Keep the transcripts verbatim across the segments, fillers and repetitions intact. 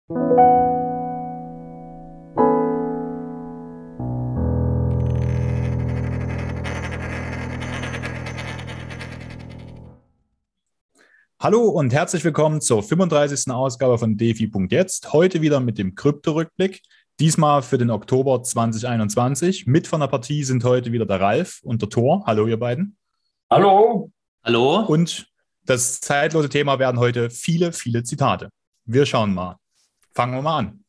Hallo und herzlich willkommen zur fünfunddreißigsten Ausgabe von DeFi.jetzt. Heute wieder mit dem Krypto-Rückblick. Diesmal für den Oktober zwanzig einundzwanzig. Mit von der Partie sind heute wieder der Ralf und der Thor. Hallo, ihr beiden. Hallo. Hallo. Und das zeitlose Thema werden heute viele, viele Zitate. Wir schauen mal. Fangen wir mal an.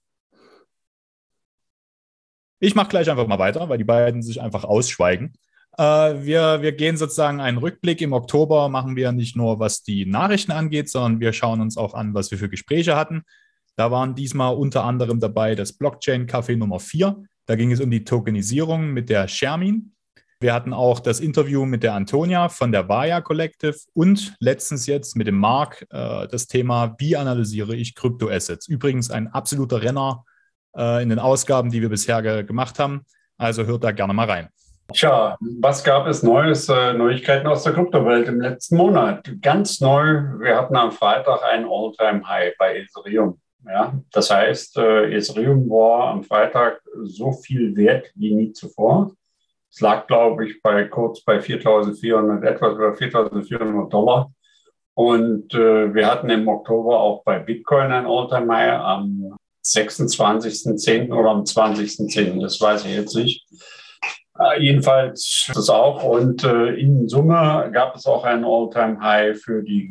Ich mache gleich einfach mal weiter, weil die beiden sich einfach ausschweigen. Uh, wir, wir gehen sozusagen einen Rückblick. Im Oktober machen wir nicht nur, was die Nachrichten angeht, sondern wir schauen uns auch an, was wir für Gespräche hatten. Da waren diesmal unter anderem dabei das Blockchain-Café Nummer vier. Da ging es um die Tokenisierung mit der Shermin. Wir hatten auch das Interview mit der Antonia von der Vaya Collective und letztens jetzt mit dem Marc uh, das Thema, wie analysiere ich Kryptoassets. Übrigens ein absoluter Renner uh, in den Ausgaben, die wir bisher ge- gemacht haben. Also hört da gerne mal rein. Tja, was gab es Neues, äh, Neuigkeiten aus der Kryptowelt im letzten Monat? Ganz neu, wir hatten am Freitag ein All-Time-High bei Ethereum. Ja? Das heißt, äh, Ethereum war am Freitag so viel wert wie nie zuvor. Es lag, glaube ich, bei kurz bei viertausendvierhundert, etwas über viertausendvierhundert Dollar. Und äh, wir hatten im Oktober auch bei Bitcoin ein All-Time-High am sechsundzwanzigsten zehnten oder am zwanzigsten zehnten, das weiß ich jetzt nicht. Äh, jedenfalls das auch. Und äh, in Summe gab es auch ein All-Time-High für die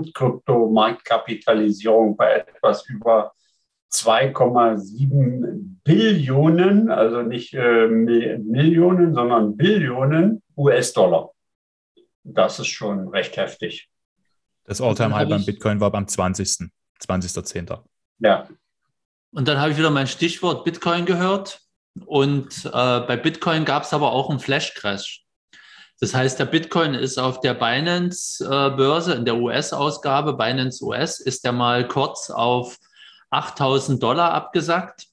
Gesamtkrypto-Marktkapitalisierung bei etwas über zwei Komma sieben Billionen, also nicht äh, Millionen, sondern Billionen U S-Dollar. Das ist schon recht heftig. Das All-Time-High beim Bitcoin war beim zwanzigsten zehnten Ja. Und dann habe ich wieder mein Stichwort Bitcoin gehört. Und äh, bei Bitcoin gab es aber auch einen Flash-Crash. Das heißt, der Bitcoin ist auf der Binance-Börse, in der U S-Ausgabe, Binance U S, ist der mal kurz auf achttausend Dollar abgesackt.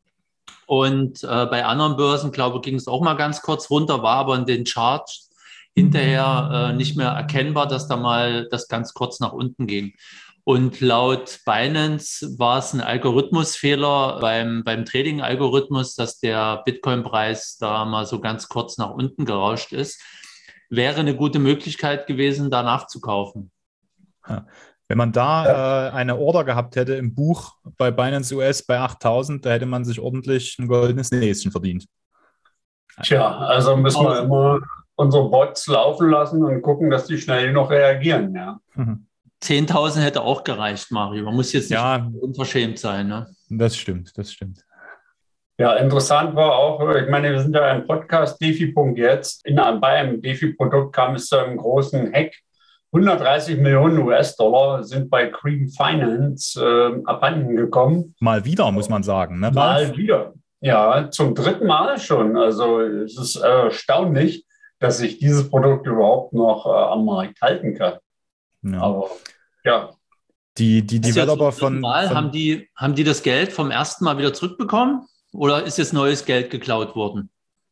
Und äh, bei anderen Börsen, glaube ich, ging es auch mal ganz kurz runter, war aber in den Charts hinterher äh, nicht mehr erkennbar, dass da mal das ganz kurz nach unten ging. Und laut Binance war es ein Algorithmusfehler beim, beim Trading-Algorithmus, dass der Bitcoin-Preis da mal so ganz kurz nach unten gerauscht ist. Wäre eine gute Möglichkeit gewesen, da nachzukaufen. Ja. Wenn man da äh, eine Order gehabt hätte im Buch bei Binance U S bei achttausend, da hätte man sich ordentlich ein goldenes Näschen verdient. Tja, also müssen wir immer unsere Bots laufen lassen und gucken, dass die schnell noch reagieren. Ja. Mhm. zehntausend hätte auch gereicht, Mario. Man muss jetzt nicht ja, unverschämt sein. Ne? Das stimmt, das stimmt. Ja, interessant war auch, ich meine, wir sind ja ein Podcast, DeFi.jetzt. In, bei einem DeFi-Produkt kam es zu einem großen Hack. hundertdreißig Millionen U S-Dollar sind bei Cream Finance äh, abhanden gekommen. Mal wieder, muss man sagen. Ne, Mal wieder. Ja, zum dritten Mal schon. Also es ist äh, erstaunlich, dass sich dieses Produkt überhaupt noch äh, am Markt halten kann. Ja. Aber ja. Die, die Developer also von, Mal, von haben, die, haben die das Geld vom ersten Mal wieder zurückbekommen oder ist jetzt neues Geld geklaut worden?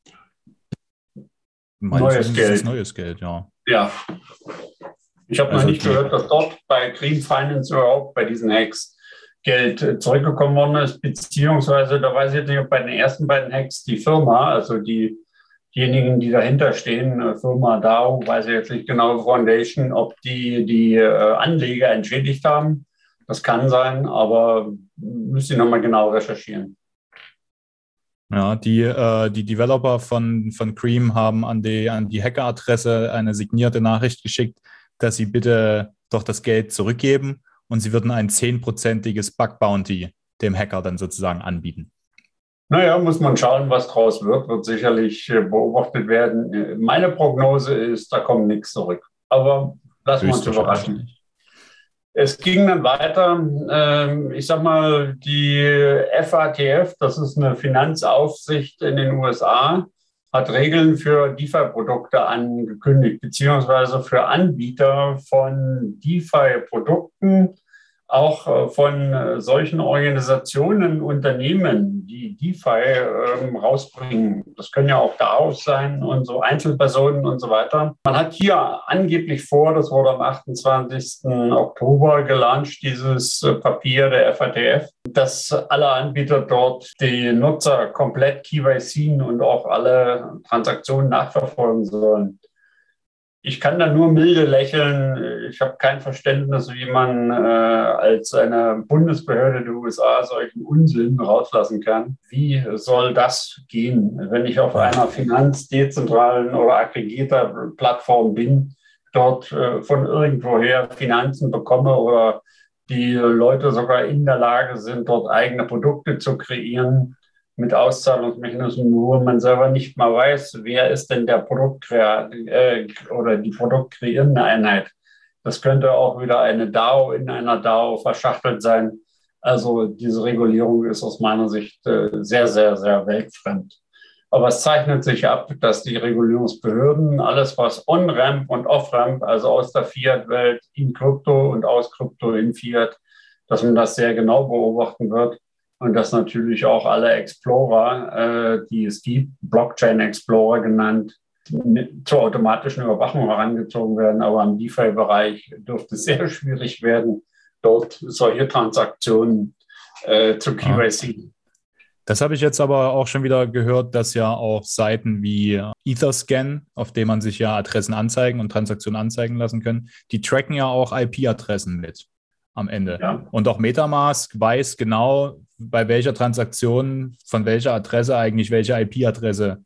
Neues Geld. Ist neues Geld, ja. Ja. Ich habe Also noch nicht die, gehört, dass dort bei Cream Finance überhaupt bei diesen Hacks Geld zurückgekommen worden ist, beziehungsweise, da weiß ich jetzt nicht, ob bei den ersten beiden Hacks die Firma, also die, diejenigen, die dahinter stehen, Firma DAO, weiß ich jetzt nicht genau, Foundation, ob die die äh, Anleger entschädigt haben. Das kann sein, aber müsste ich nochmal genau recherchieren. Ja, die, äh, die Developer von, von Cream haben an die, an die Hackeradresse eine signierte Nachricht geschickt, dass sie bitte doch das Geld zurückgeben und sie würden ein zehnprozentiges Bug-Bounty dem Hacker dann sozusagen anbieten. Naja, muss man schauen, was draus wird, wird sicherlich beobachtet werden. Meine Prognose ist, da kommt nichts zurück. Aber lassen wir uns überraschen. Es ging dann weiter, ähm, ich sag mal, die F A T F, das ist eine Finanzaufsicht in den U S A, hat Regeln für DeFi-Produkte angekündigt, beziehungsweise für Anbieter von DeFi-Produkten, auch von solchen Organisationen, Unternehmen, die DeFi ähm, rausbringen. Das können ja auch D A Os sein und so Einzelpersonen und so weiter. Man hat hier angeblich vor, das wurde am achtundzwanzigsten Oktober gelauncht, dieses Papier der F A T F, dass alle Anbieter dort die Nutzer komplett K Y C und auch alle Transaktionen nachverfolgen sollen. Ich kann da nur milde lächeln. Ich habe kein Verständnis, wie man äh, als eine Bundesbehörde der U S A solchen Unsinn rauslassen kann. Wie soll das gehen, wenn ich auf einer finanzdezentralen oder aggregierter Plattform bin, dort äh, von irgendwoher Finanzen bekomme oder die Leute sogar in der Lage sind, dort eigene Produkte zu kreieren mit Auszahlungsmechanismen, wo man selber nicht mal weiß, wer ist denn der Produktkrea- äh, oder die produktkreierende Einheit. Das könnte auch wieder eine D A O in einer D A O verschachtelt sein. Also diese Regulierung ist aus meiner Sicht äh, sehr, sehr, sehr weltfremd. Aber es zeichnet sich ab, dass die Regulierungsbehörden alles, was On-Ramp und Off-Ramp, also aus der Fiat-Welt in Krypto und aus Krypto in Fiat, dass man das sehr genau beobachten wird. Und dass natürlich auch alle Explorer, äh, die es gibt, Blockchain Explorer genannt, zur automatischen Überwachung herangezogen werden. Aber im DeFi-Bereich dürfte es sehr schwierig werden, dort solche Transaktionen äh, zu K Y C. Ja. Das habe ich jetzt aber auch schon wieder gehört, dass ja auch Seiten wie Etherscan, auf denen man sich ja Adressen anzeigen und Transaktionen anzeigen lassen können, die tracken ja auch I P-Adressen mit am Ende. Ja. Und auch MetaMask weiß genau, bei welcher Transaktion von welcher Adresse eigentlich welche I P-Adresse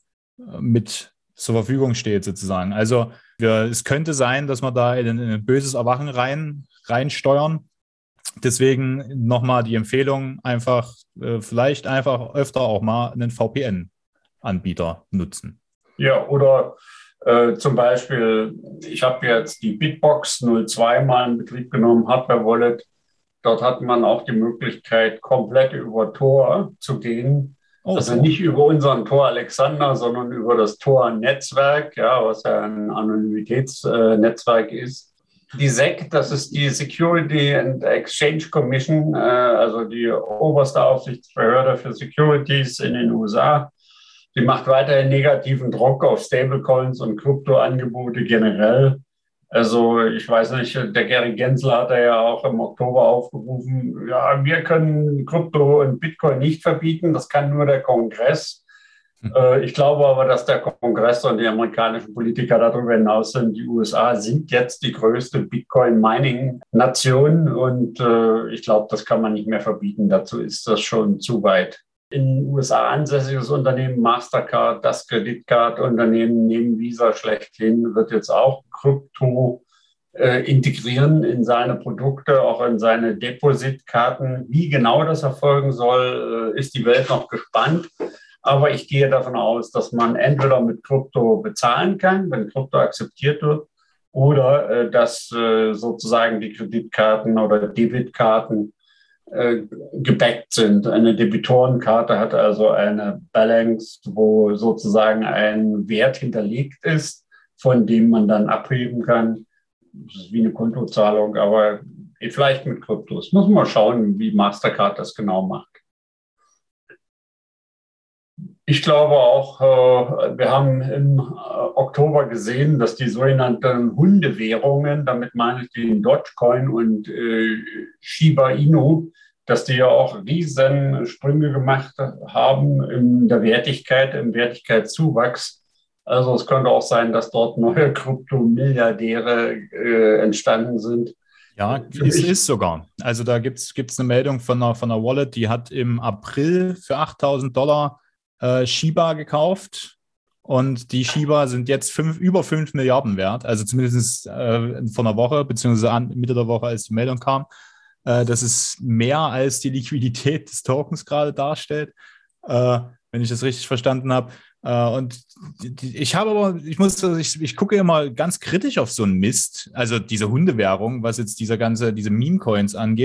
mit zur Verfügung steht sozusagen. Also wir, es könnte sein, dass wir da in, in ein böses Erwachen rein, reinsteuern. Deswegen nochmal die Empfehlung, einfach äh, vielleicht einfach öfter auch mal einen V P N-Anbieter nutzen. Ja, oder äh, zum Beispiel, ich habe jetzt die Bitbox null zwei mal in Betrieb genommen, Hardware-Wallet. Dort hat man auch die Möglichkeit, komplett über Tor zu gehen. Oh, also Tor. Nicht über unseren Tor Alexander, sondern über das Tor-Netzwerk, ja, was ja ein Anonymitätsnetzwerk äh, ist. Die S E C, das ist die Security and Exchange Commission, äh, also die oberste Aufsichtsbehörde für Securities in den U S A. Die macht weiterhin negativen Druck auf Stablecoins und Kryptoangebote generell. Also ich weiß nicht, der Gary Gensler hat ja auch im Oktober aufgerufen, ja, wir können Krypto und Bitcoin nicht verbieten, das kann nur der Kongress. Äh, ich glaube aber, dass der Kongress und die amerikanischen Politiker darüber hinaus sind. Die U S A sind jetzt die größte Bitcoin-Mining-Nation und äh, ich glaube, das kann man nicht mehr verbieten. Dazu ist das schon zu weit. In den U S A ansässiges Unternehmen Mastercard, das Kreditkartunternehmen neben Visa schlechthin, wird jetzt auch Krypto äh, integrieren in seine Produkte, auch in seine Depositkarten. Wie genau das erfolgen soll, äh, ist die Welt noch gespannt. Aber ich gehe davon aus, dass man entweder mit Krypto bezahlen kann, wenn Krypto akzeptiert wird, oder äh, dass äh, sozusagen die Kreditkarten oder Debitkarten äh, gebackt sind. Eine Debitorenkarte hat also eine Balance, wo sozusagen ein Wert hinterlegt ist, von dem man dann abheben kann. Das ist wie eine Kontozahlung, aber vielleicht mit Kryptos. Muss man mal schauen, wie Mastercard das genau macht. Ich glaube auch, wir haben im Oktober gesehen, dass die sogenannten Hundewährungen, damit meine ich den Dogecoin und Shiba Inu, dass die ja auch riesen Sprünge gemacht haben in der Wertigkeit, im Wertigkeitszuwachs. Also es könnte auch sein, dass dort neue Kryptomilliardäre entstanden sind. Ja, es ist sogar. Also da gibt es eine Meldung von einer, von einer Wallet, die hat im April für achttausend Dollar Äh, Shiba gekauft und die Shiba sind jetzt fünf, über fünf Milliarden wert, also zumindest äh, vor einer Woche, beziehungsweise an, Mitte der Woche, als die Meldung kam. Äh, das ist mehr als die Liquidität des Tokens gerade darstellt, äh, wenn ich das richtig verstanden habe. Äh, und die, ich habe aber, ich muss, ich, ich gucke immer ganz kritisch auf so einen Mist, also diese Hundewährung, was jetzt dieser ganze, diese Meme-Coins angeht.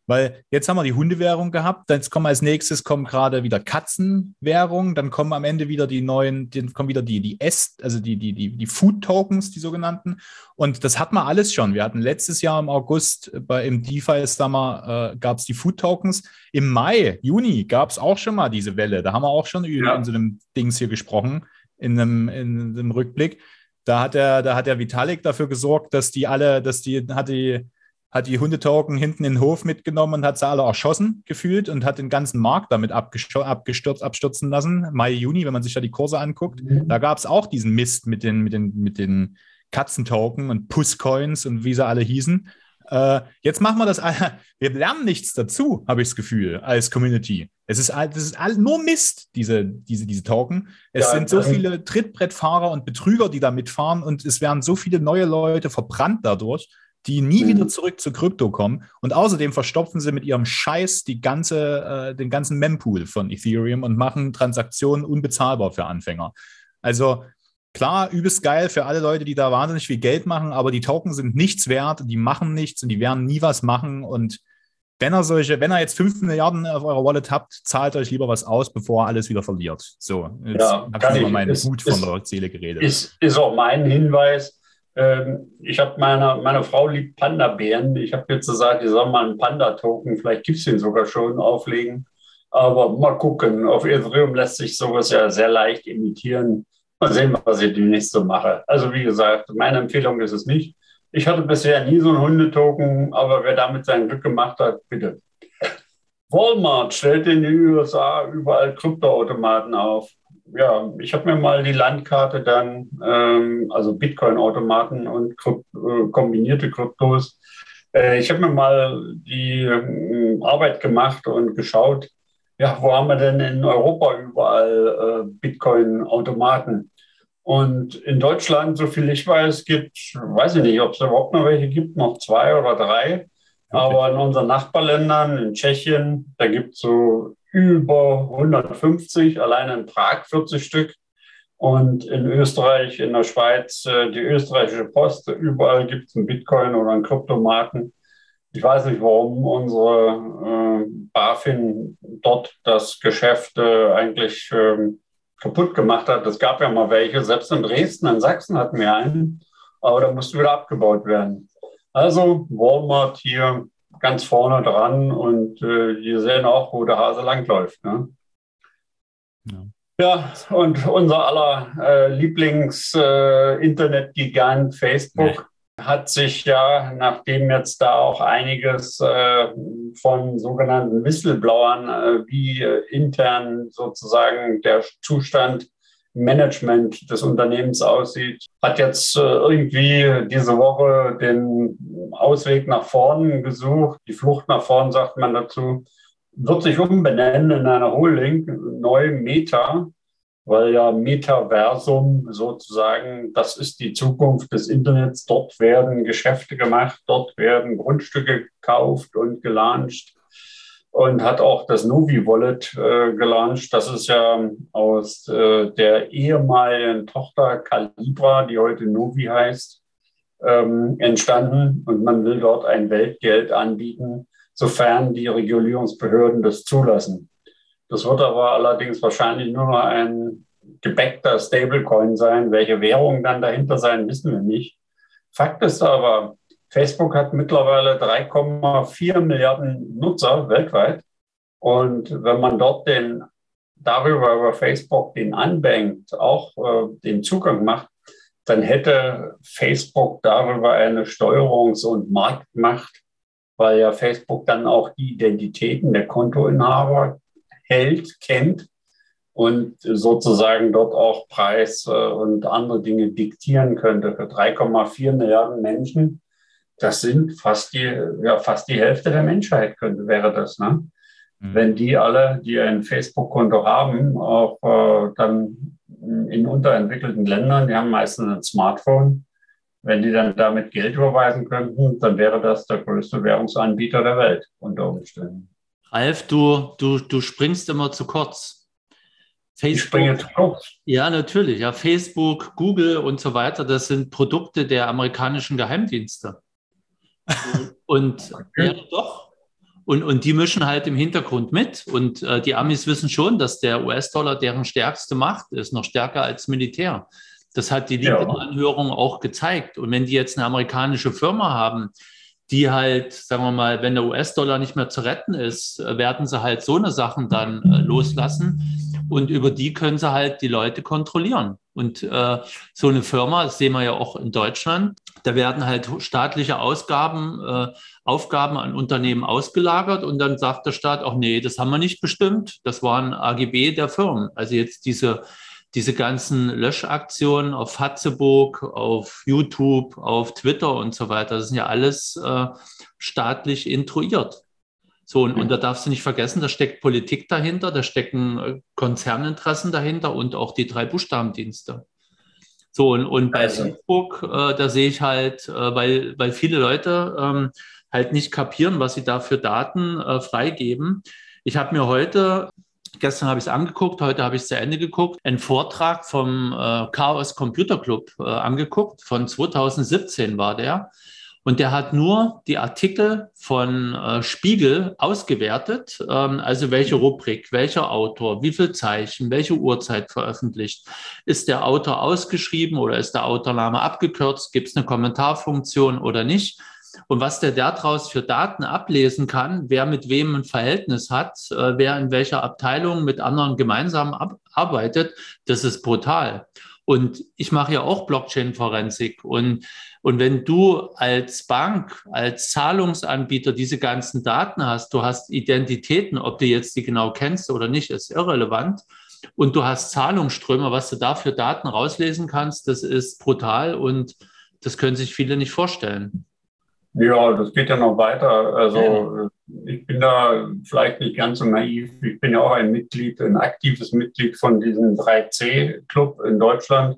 Weil jetzt haben wir die Hundewährung gehabt, jetzt kommen als nächstes kommen gerade wieder Katzenwährung, dann kommen am Ende wieder die neuen, dann kommen wieder die, die S, also die, die, die, die Food-Tokens, die sogenannten. Und das hatten wir alles schon. Wir hatten letztes Jahr im August bei, im DeFi-Summer äh, gab es die Food-Tokens. Im Mai, Juni gab es auch schon mal diese Welle. Da haben wir auch schon ja. in so einem Dings hier gesprochen, in einem, in einem Rückblick. Da hat der, da hat der Vitalik dafür gesorgt, dass die alle, dass die, hat die, hat die Hundetoken hinten in den Hof mitgenommen und hat sie alle erschossen gefühlt und hat den ganzen Markt damit abgestürzt, abstürzen lassen. Mai, Juni, wenn man sich da die Kurse anguckt, mhm. da gab es auch diesen Mist mit den, mit den, mit den Katzentoken und Pusscoins und wie sie alle hießen. Äh, jetzt machen wir das, wir lernen nichts dazu, habe ich das Gefühl, als Community. Es ist, das ist nur Mist, diese, diese, diese Token. Es ja, sind so viele Trittbrettfahrer und Betrüger, die da mitfahren und es werden so viele neue Leute verbrannt dadurch, die nie mhm. wieder zurück zu Krypto kommen. Und außerdem verstopfen sie mit ihrem Scheiß die ganze, äh, den ganzen Mempool von Ethereum und machen Transaktionen unbezahlbar für Anfänger. Also klar, übelst geil für alle Leute, die da wahnsinnig viel Geld machen, aber die Token sind nichts wert, die machen nichts und die werden nie was machen. Und wenn ihr solche, wenn ihr jetzt fünf Milliarden auf eurer Wallet habt, zahlt euch lieber was aus, bevor ihr alles wieder verliert. So, jetzt ja, habe ich über meinen ist, Hut von ist, der Seele geredet. Ist, ist auch mein Hinweis. Ich habe meine, meine Frau liebt Panda-Bären. Ich habe jetzt gesagt, ich soll mal einen Panda-Token, vielleicht gibt es den sogar schon, auflegen. Aber mal gucken. Auf Ethereum lässt sich sowas ja sehr leicht imitieren. Mal sehen, was ich demnächst so mache. Also wie gesagt, meine Empfehlung ist es nicht. Ich hatte bisher nie so einen Hundetoken, aber wer damit sein Glück gemacht hat, bitte. Walmart stellt in den U S A überall Kryptoautomaten auf. Ja, ich habe mir mal die Landkarte dann, ähm, also Bitcoin-Automaten und Krypt, äh, kombinierte Kryptos. Äh, ich habe mir mal die äh, Arbeit gemacht und geschaut, ja, wo haben wir denn in Europa überall äh, Bitcoin-Automaten? Und in Deutschland, so viel ich weiß, gibt, weiß ich nicht, ob es überhaupt noch welche gibt, noch zwei oder drei. Aber in unseren Nachbarländern, in Tschechien, da gibt es so über hundertfünfzig, alleine in Prag vierzig Stück. Und in Österreich, in der Schweiz, die österreichische Post, überall gibt es einen Bitcoin oder einen Kryptomaten. Ich weiß nicht, warum unsere äh, BaFin dort das Geschäft äh, eigentlich äh, kaputt gemacht hat. Es gab ja mal welche, selbst in Dresden, in Sachsen hatten wir einen, aber da musste wieder abgebaut werden. Also Walmart hier ganz vorne dran und äh, die sehen auch, wo der Hase langläuft. Ne? Ja. Ja, und unser aller äh, Lieblings-Internet-Gigant äh, Facebook nee. hat sich ja, nachdem jetzt da auch einiges äh, von sogenannten Whistleblowern, äh, wie äh, intern sozusagen der Zustand Management des Unternehmens aussieht, hat jetzt äh, irgendwie diese Woche den Ausweg nach vorn gesucht. Die Flucht nach vorn, sagt man dazu, wird sich umbenennen in einer Holding, neu Meta, weil ja Metaversum sozusagen, das ist die Zukunft des Internets. Dort werden Geschäfte gemacht, dort werden Grundstücke gekauft und gelauncht. Und hat auch das Novi Wallet äh, gelauncht. Das ist ja aus äh, der ehemaligen Tochter Calibra, die heute Novi heißt, ähm, entstanden. Und man will dort ein Weltgeld anbieten, sofern die Regulierungsbehörden das zulassen. Das wird aber allerdings wahrscheinlich nur noch ein gebäckter Stablecoin sein. Welche Währungen dann dahinter sein, wissen wir nicht. Fakt ist aber, Facebook hat mittlerweile drei Komma vier Milliarden Nutzer weltweit. Und wenn man dort den, darüber über Facebook den Unbanked auch äh, den Zugang macht, dann hätte Facebook darüber eine Steuerungs- und Marktmacht, weil ja Facebook dann auch die Identitäten der Kontoinhaber hält, kennt und sozusagen dort auch Preis äh, und andere Dinge diktieren könnte für drei Komma vier Milliarden Menschen. Das sind fast die, ja, fast die Hälfte der Menschheit, könnte, wäre das, ne? Mhm. Wenn die alle, die ein Facebook-Konto haben, auch äh, dann in unterentwickelten Ländern, die haben meistens ein Smartphone, wenn die dann damit Geld überweisen könnten, dann wäre das der größte Währungsanbieter der Welt unter Umständen. Ralf, du, du, du springst immer zu kurz. Facebook, ich springe zu kurz. Ja, natürlich. Ja, Facebook, Google und so weiter, das sind Produkte der amerikanischen Geheimdienste. Und okay. ja, doch. Und, und die mischen halt im Hintergrund mit. Und äh, die Amis wissen schon, dass der U S-Dollar deren stärkste Macht ist, noch stärker als Militär. Das hat die LinkedIn-Anhörung auch gezeigt. Und wenn die jetzt eine amerikanische Firma haben, die halt, sagen wir mal, wenn der U S-Dollar nicht mehr zu retten ist, werden sie halt so eine Sachen dann äh, loslassen. Und über die können sie halt die Leute kontrollieren. Und äh, so eine Firma, das sehen wir ja auch in Deutschland, da werden halt staatliche Ausgaben, äh, Aufgaben an Unternehmen ausgelagert und dann sagt der Staat auch, nee, das haben wir nicht bestimmt. Das waren A G B der Firmen. Also jetzt diese, diese ganzen Löschaktionen auf Facebook, auf YouTube, auf Twitter und so weiter, das sind ja alles äh, staatlich intruiert. So, und, und da darfst du nicht vergessen, da steckt Politik dahinter, da stecken Konzerninteressen dahinter und auch die drei Buchstabendienste. So, und, und bei also. Facebook, äh, da sehe ich halt, äh, weil, weil viele Leute ähm, halt nicht kapieren, was sie da für Daten äh, freigeben. Ich habe mir heute, gestern habe ich es angeguckt, heute habe ich es zu Ende geguckt, einen Vortrag vom äh, Chaos Computer Club äh, angeguckt, von zweitausendsiebzehn war der. Und der hat nur die Artikel von äh, Spiegel ausgewertet, ähm, also welche Rubrik, welcher Autor, wie viel Zeichen, welche Uhrzeit veröffentlicht. Ist der Autor ausgeschrieben oder ist der Autorname abgekürzt? Gibt es eine Kommentarfunktion oder nicht? Und was der daraus für Daten ablesen kann, wer mit wem ein Verhältnis hat, äh, wer in welcher Abteilung mit anderen gemeinsam ab- arbeitet, das ist brutal. Und ich mache ja auch Blockchain-Forensik. Und, und wenn du als Bank, als Zahlungsanbieter diese ganzen Daten hast, du hast Identitäten, ob du jetzt die genau kennst oder nicht, ist irrelevant. Und du hast Zahlungsströme, was du da für Daten rauslesen kannst, das ist brutal und das können sich viele nicht vorstellen. Ja, das geht ja noch weiter. Also ich bin da vielleicht nicht ganz so naiv. Ich bin ja auch ein Mitglied, ein aktives Mitglied von diesem drei C Club in Deutschland.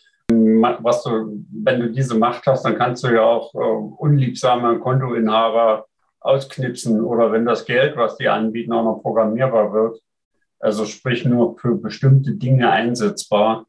Was du, wenn du diese Macht hast, dann kannst du ja auch äh, unliebsame Kontoinhaber ausknipsen oder wenn das Geld, was die anbieten, auch noch programmierbar wird. Also sprich nur für bestimmte Dinge einsetzbar.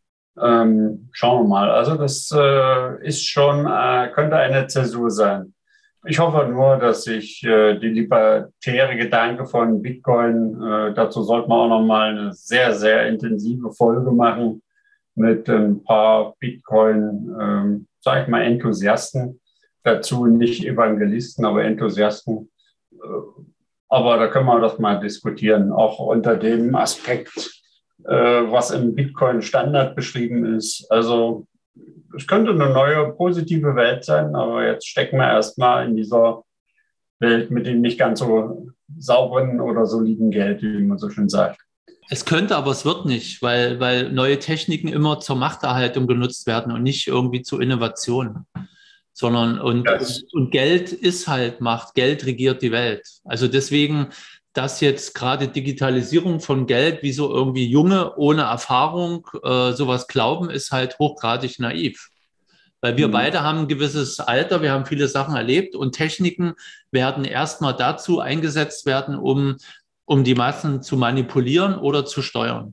Ähm, schauen wir mal. Also das äh, ist schon, äh, könnte eine Zäsur sein. Ich hoffe nur, dass sich äh, die libertäre Gedanke von Bitcoin, äh, dazu sollten wir auch noch mal eine sehr, sehr intensive Folge machen mit ein paar Bitcoin, ähm, sag ich mal, Enthusiasten. Dazu nicht Evangelisten, aber Enthusiasten. Äh, aber da können wir das mal diskutieren, auch unter dem Aspekt, was im Bitcoin-Standard beschrieben ist. Also es könnte eine neue positive Welt sein, aber jetzt stecken wir erstmal in dieser Welt mit dem nicht ganz so sauberen oder soliden Geld, wie man so schön sagt. Es könnte, aber es wird nicht, weil, weil neue Techniken immer zur Machterhaltung genutzt werden und nicht irgendwie zur Innovation. Sondern und, und, und Geld ist halt Macht, Geld regiert die Welt. Also deswegen, dass jetzt gerade Digitalisierung von Geld, wie so irgendwie Junge ohne Erfahrung äh, sowas glauben, ist halt hochgradig naiv. Weil wir mhm. beide haben ein gewisses Alter, wir haben viele Sachen erlebt und Techniken werden erstmal dazu eingesetzt werden, um, um die Massen zu manipulieren oder zu steuern.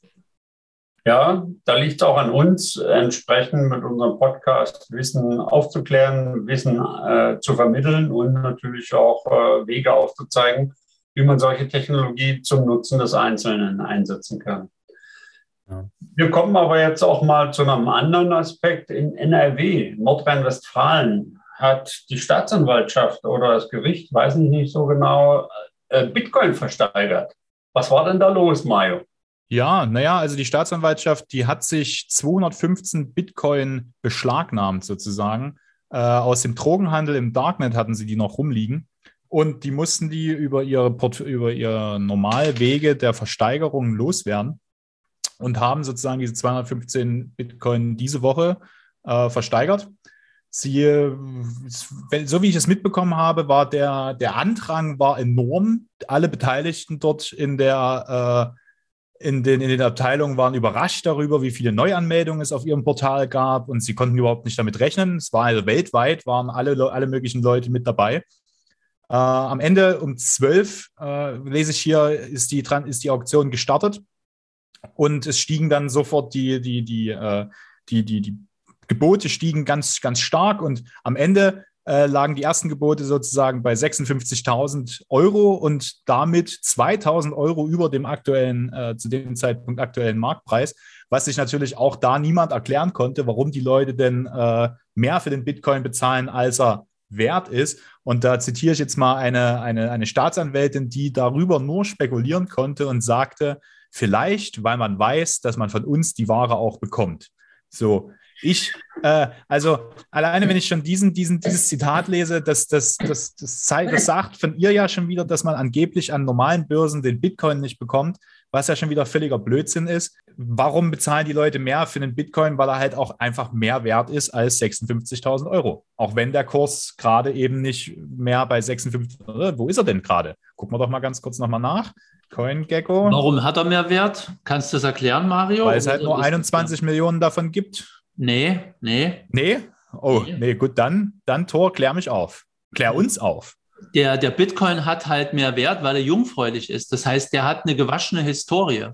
Ja, da liegt es auch an uns, entsprechend mit unserem Podcast Wissen aufzuklären, Wissen äh, zu vermitteln und natürlich auch äh, Wege aufzuzeigen, wie man solche Technologie zum Nutzen des Einzelnen einsetzen kann. Ja. Wir kommen aber jetzt auch mal zu einem anderen Aspekt. In N R W, Nordrhein-Westfalen, hat die Staatsanwaltschaft oder das Gericht, weiß ich nicht so genau, Bitcoin versteigert. Was war denn da los, Mario? Ja, naja, also die Staatsanwaltschaft, die hat sich zweihundertfünfzehn Bitcoin beschlagnahmt sozusagen. Äh, aus dem Drogenhandel im Darknet hatten sie die noch rumliegen. Und die mussten die über ihre, Port- über ihre Normalwege der Versteigerung loswerden und haben sozusagen diese zweihundertfünfzehn Bitcoin diese Woche äh, versteigert. Sie, so wie ich es mitbekommen habe, war der, der Andrang war enorm. Alle Beteiligten dort in der, äh, in den, in den Abteilungen waren überrascht darüber, wie viele Neuanmeldungen es auf ihrem Portal gab und sie konnten überhaupt nicht damit rechnen. Es war also weltweit, waren alle, alle möglichen Leute mit dabei. Äh, am Ende um zwölf, äh, lese ich hier, ist die, ist die Auktion gestartet und es stiegen dann sofort die, die, die, äh, die, die, die Gebote stiegen ganz, ganz stark und am Ende äh, lagen die ersten Gebote sozusagen bei sechsundfünfzigtausend Euro und damit zweitausend Euro über dem aktuellen, äh, zu dem Zeitpunkt aktuellen Marktpreis, was sich natürlich auch da niemand erklären konnte, warum die Leute denn äh, mehr für den Bitcoin bezahlen, als er wert ist. Und da zitiere ich jetzt mal eine, eine, eine Staatsanwältin, die darüber nur spekulieren konnte und sagte, vielleicht, weil man weiß, dass man von uns die Ware auch bekommt. So, ich, äh, also alleine wenn ich schon diesen, diesen, dieses Zitat lese, das, das, das, das, zeigt, das sagt von ihr ja schon wieder, dass man angeblich an normalen Börsen den Bitcoin nicht bekommt, was ja schon wieder völliger Blödsinn ist. Warum bezahlen die Leute mehr für den Bitcoin? Weil er halt auch einfach mehr wert ist als sechsundfünfzigtausend Euro. Auch wenn der Kurs gerade eben nicht mehr bei sechsundfünfzig, oder? Wo ist er denn gerade? Gucken wir doch mal ganz kurz nochmal nach. CoinGecko. Warum hat er mehr Wert? Kannst du das erklären, Mario? Weil es halt nur einundzwanzig Millionen davon gibt. Nee, nee. Nee? Oh, nee, nee, gut, dann, dann Thor, klär mich auf. Klär uns auf. Der, der Bitcoin hat halt mehr Wert, weil er jungfräulich ist. Das heißt, der hat eine gewaschene Historie.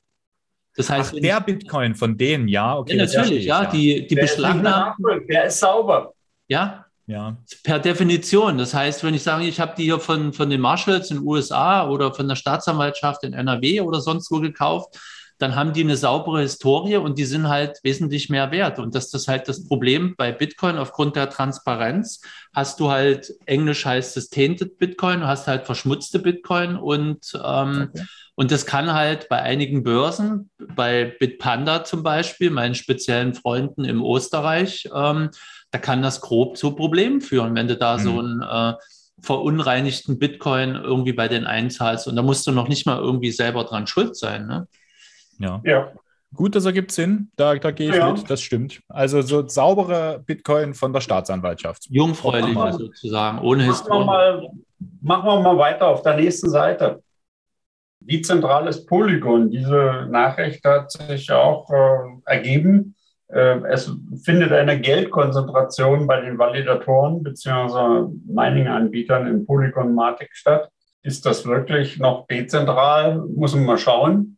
Das heißt, Ach, der Bitcoin von denen, ja, okay. Ja, natürlich, ja, ja. Die, die der beschlagnahmen. Ist der ist sauber. Ja, ja, per Definition. Das heißt, wenn ich sage, ich habe die hier von, von den Marshalls in den U S A oder von der Staatsanwaltschaft in N R W oder sonst wo gekauft, dann haben die eine saubere Historie und die sind halt wesentlich mehr wert. Und das ist das halt das Problem bei Bitcoin aufgrund der Transparenz. Hast du halt, Englisch heißt es tainted Bitcoin, du hast halt verschmutzte Bitcoin und, ähm, okay. und das kann halt bei einigen Börsen, bei Bitpanda zum Beispiel, meinen speziellen Freunden im Österreich, ähm, da kann das grob zu Problemen führen, wenn du da mhm. so einen äh, verunreinigten Bitcoin irgendwie bei den einzahlst. Und da musst du noch nicht mal irgendwie selber dran schuld sein, ne? Ja. ja. Gut, das ergibt Sinn. Da, da gehe ich ja. mit. Das stimmt. Also so saubere Bitcoin von der Staatsanwaltschaft. Jungfräulich sozusagen, ohne machen Historie. Wir mal, machen wir mal weiter auf der nächsten Seite. Wie zentral ist Polygon? Diese Nachricht hat sich auch äh, ergeben. Äh, es findet eine Geldkonzentration bei den Validatoren bzw. Mining-Anbietern in Polygon-Matic statt. Ist das wirklich noch dezentral? Muss man mal schauen.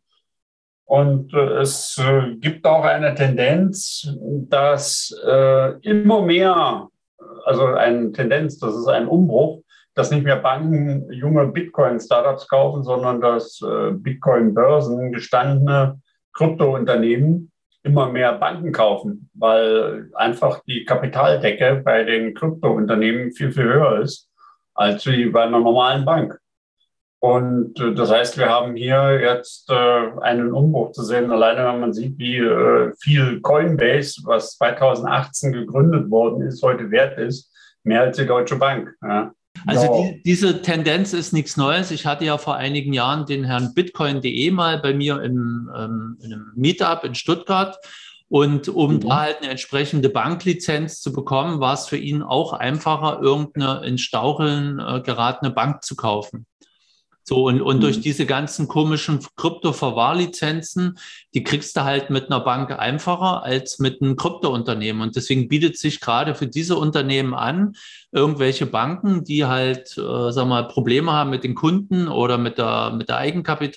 Und äh, es äh, gibt auch eine Tendenz, dass äh, immer mehr, also eine Tendenz, das ist ein Umbruch, dass nicht mehr Banken junge Bitcoin-Startups kaufen, sondern dass äh, Bitcoin-Börsen, gestandene Kryptounternehmen immer mehr Banken kaufen, weil einfach die Kapitaldecke bei den Kryptounternehmen viel, viel höher ist als wie bei einer normalen Bank. Und äh, das heißt, wir haben hier jetzt äh, einen Umbruch zu sehen, alleine wenn man sieht, wie äh, viel Coinbase, was zweitausendachtzehn gegründet worden ist, heute wert ist, mehr als die Deutsche Bank. Ja. Also die, diese Tendenz ist nichts Neues. Ich hatte ja vor einigen Jahren den Herrn Bitcoin punkt de mal bei mir im, ähm, in einem Meetup in Stuttgart. Und um mhm. da halt eine entsprechende Banklizenz zu bekommen, war es für ihn auch einfacher, irgendeine in Staucheln äh, geratene Bank zu kaufen. So, und, und mhm. durch diese ganzen komischen Krypto-Verwahrlizenzen, die kriegst du halt mit einer Bank einfacher als mit einem Kryptounternehmen. Und deswegen bietet sich gerade für diese Unternehmen an, irgendwelche Banken, die halt, äh, sag mal, Probleme haben mit den Kunden oder mit der, mit der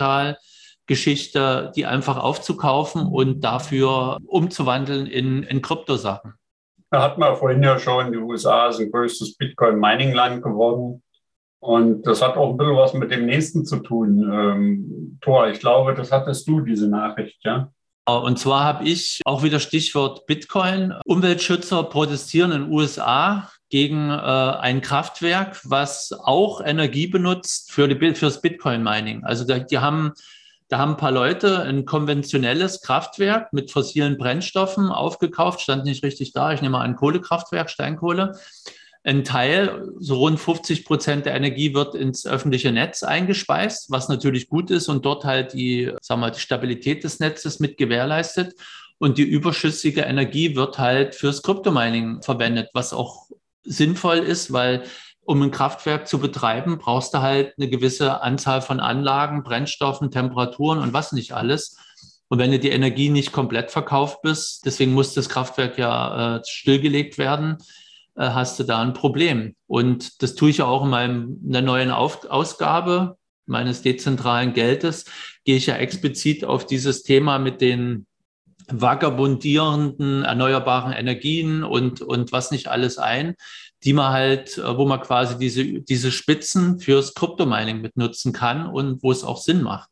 Eigenkapitalgeschichte, die einfach aufzukaufen und dafür umzuwandeln in, in Kryptosachen. Da hat man vorhin ja schon, die U S A ist ein größtes Bitcoin-Mining-Land geworden. Und das hat auch ein bisschen was mit dem nächsten zu tun. Ähm, Thor, ich glaube, das hattest du, diese Nachricht, ja? Und zwar habe ich auch wieder Stichwort Bitcoin. Umweltschützer protestieren in den U S A gegen äh, ein Kraftwerk, was auch Energie benutzt für die, fürs Bitcoin-Mining. Also da, die haben, da haben ein paar Leute ein konventionelles Kraftwerk mit fossilen Brennstoffen aufgekauft, stand nicht richtig da, ich nehme mal ein Kohlekraftwerk, Steinkohle. Ein Teil, so rund fünfzig Prozent der Energie wird ins öffentliche Netz eingespeist, was natürlich gut ist und dort halt die, sagen wir mal, die Stabilität des Netzes mit gewährleistet. Und die überschüssige Energie wird halt fürs Kryptomining verwendet, was auch sinnvoll ist, weil um ein Kraftwerk zu betreiben, brauchst du halt eine gewisse Anzahl von Anlagen, Brennstoffen, Temperaturen und was nicht alles. Und wenn du die Energie nicht komplett verkauft bist, deswegen muss das Kraftwerk ja äh, stillgelegt werden, hast du da ein Problem. Und das tue ich ja auch in, meinem, in der neuen Auf- Ausgabe meines dezentralen Geldes, gehe ich ja explizit auf dieses Thema mit den vagabundierenden erneuerbaren Energien und, und was nicht alles ein. die man halt, äh, wo man quasi diese, diese Spitzen fürs Kryptomining mit nutzen kann und wo es auch Sinn macht.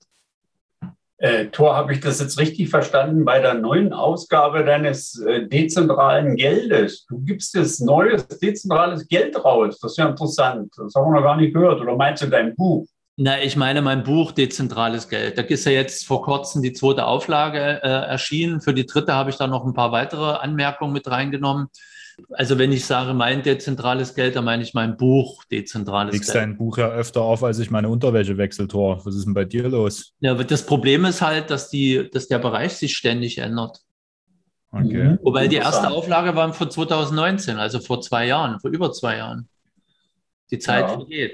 Äh, Thor, habe ich das jetzt richtig verstanden? Bei der neuen Ausgabe deines äh, dezentralen Geldes, du gibst jetzt neues dezentrales Geld raus. Das ist ja interessant. Das haben wir noch gar nicht gehört. Oder meinst du dein Buch? Na, ich meine mein Buch Dezentrales Geld. Da ist ja jetzt vor kurzem die zweite Auflage äh, erschienen. Für die dritte habe ich da noch ein paar weitere Anmerkungen mit reingenommen. Also wenn ich sage mein dezentrales Geld, dann meine ich mein Buch Dezentrales Legst Geld. dein Buch ja öfter auf, als ich meine Unterwäsche wechsle, Thor. Was ist denn bei dir los? Ja, das Problem ist halt, dass, die, dass der Bereich sich ständig ändert. Okay. Mhm. Wobei die erste Auflage war von zwanzig neunzehn, also vor zwei Jahren, vor über zwei Jahren. Die Zeit Ja. vergeht.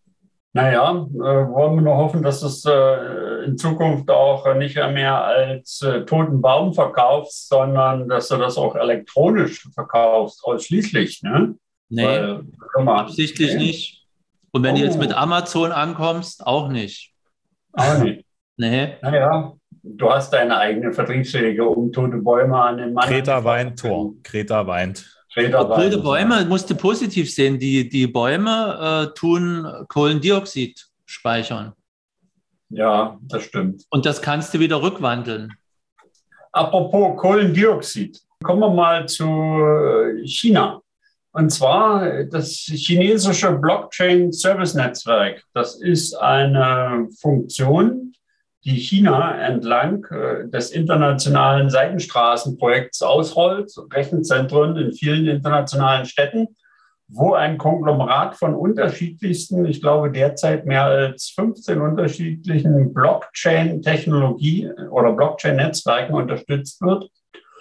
Naja, äh, wollen wir nur hoffen, dass es äh, in Zukunft auch äh, nicht mehr als äh, toten Baum verkaufst, sondern dass du das auch elektronisch verkaufst, ausschließlich. Ne? Nee, Weil, guck mal, absichtlich nee, nicht. Und wenn du jetzt mit Oh. Amazon ankommst, auch nicht. auch nicht. Nee. Naja, du hast deine eigene Vertriebswege, um tote Bäume an den Mann. Greta weint, Thor. Greta weint. Greta Tote weint. Bäume musst du positiv sehen. Die, die Bäume äh, tun Kohlendioxid speichern. Ja, das stimmt. Und das kannst du wieder rückwandeln. Apropos Kohlendioxid, kommen wir mal zu äh, China. Und zwar das chinesische Blockchain-Service-Netzwerk. Das ist eine Funktion, die China entlang äh, des internationalen Seidenstraßenprojekts ausrollt, Rechenzentren in vielen internationalen Städten, wo ein Konglomerat von unterschiedlichsten, ich glaube derzeit mehr als fünfzehn unterschiedlichen Blockchain-Technologie oder Blockchain-Netzwerken unterstützt wird.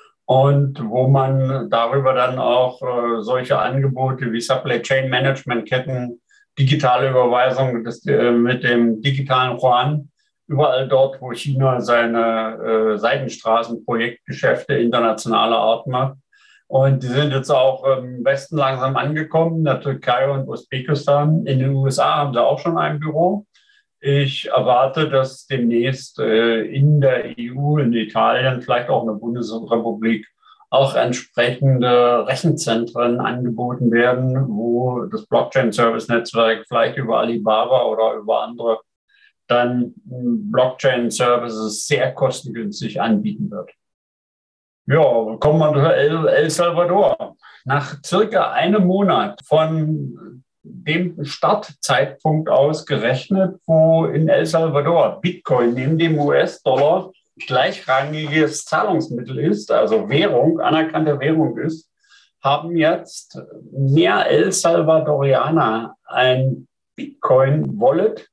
Und wo man darüber dann auch äh, solche Angebote wie Supply Chain Management Ketten, digitale Überweisung das, äh, mit dem digitalen Yuan, überall dort, wo China seine äh, Seidenstraßenprojektgeschäfte internationaler Art macht. Und die sind jetzt auch im Westen langsam angekommen, in der Türkei und Usbekistan. In den U S A haben sie auch schon ein Büro. Ich erwarte, dass demnächst äh, in der E U, in Italien, vielleicht auch in der Bundesrepublik auch entsprechende Rechenzentren angeboten werden, wo das Blockchain-Service-Netzwerk vielleicht über Alibaba oder über andere dann Blockchain-Services sehr kostengünstig anbieten wird. Ja, kommen wir zu El, El Salvador. Nach circa einem Monat von dem Startzeitpunkt aus gerechnet, wo in El Salvador Bitcoin neben dem U S-Dollar gleichrangiges Zahlungsmittel ist, also Währung, anerkannte Währung ist, haben jetzt mehr El Salvadorianer ein Bitcoin-Wallet,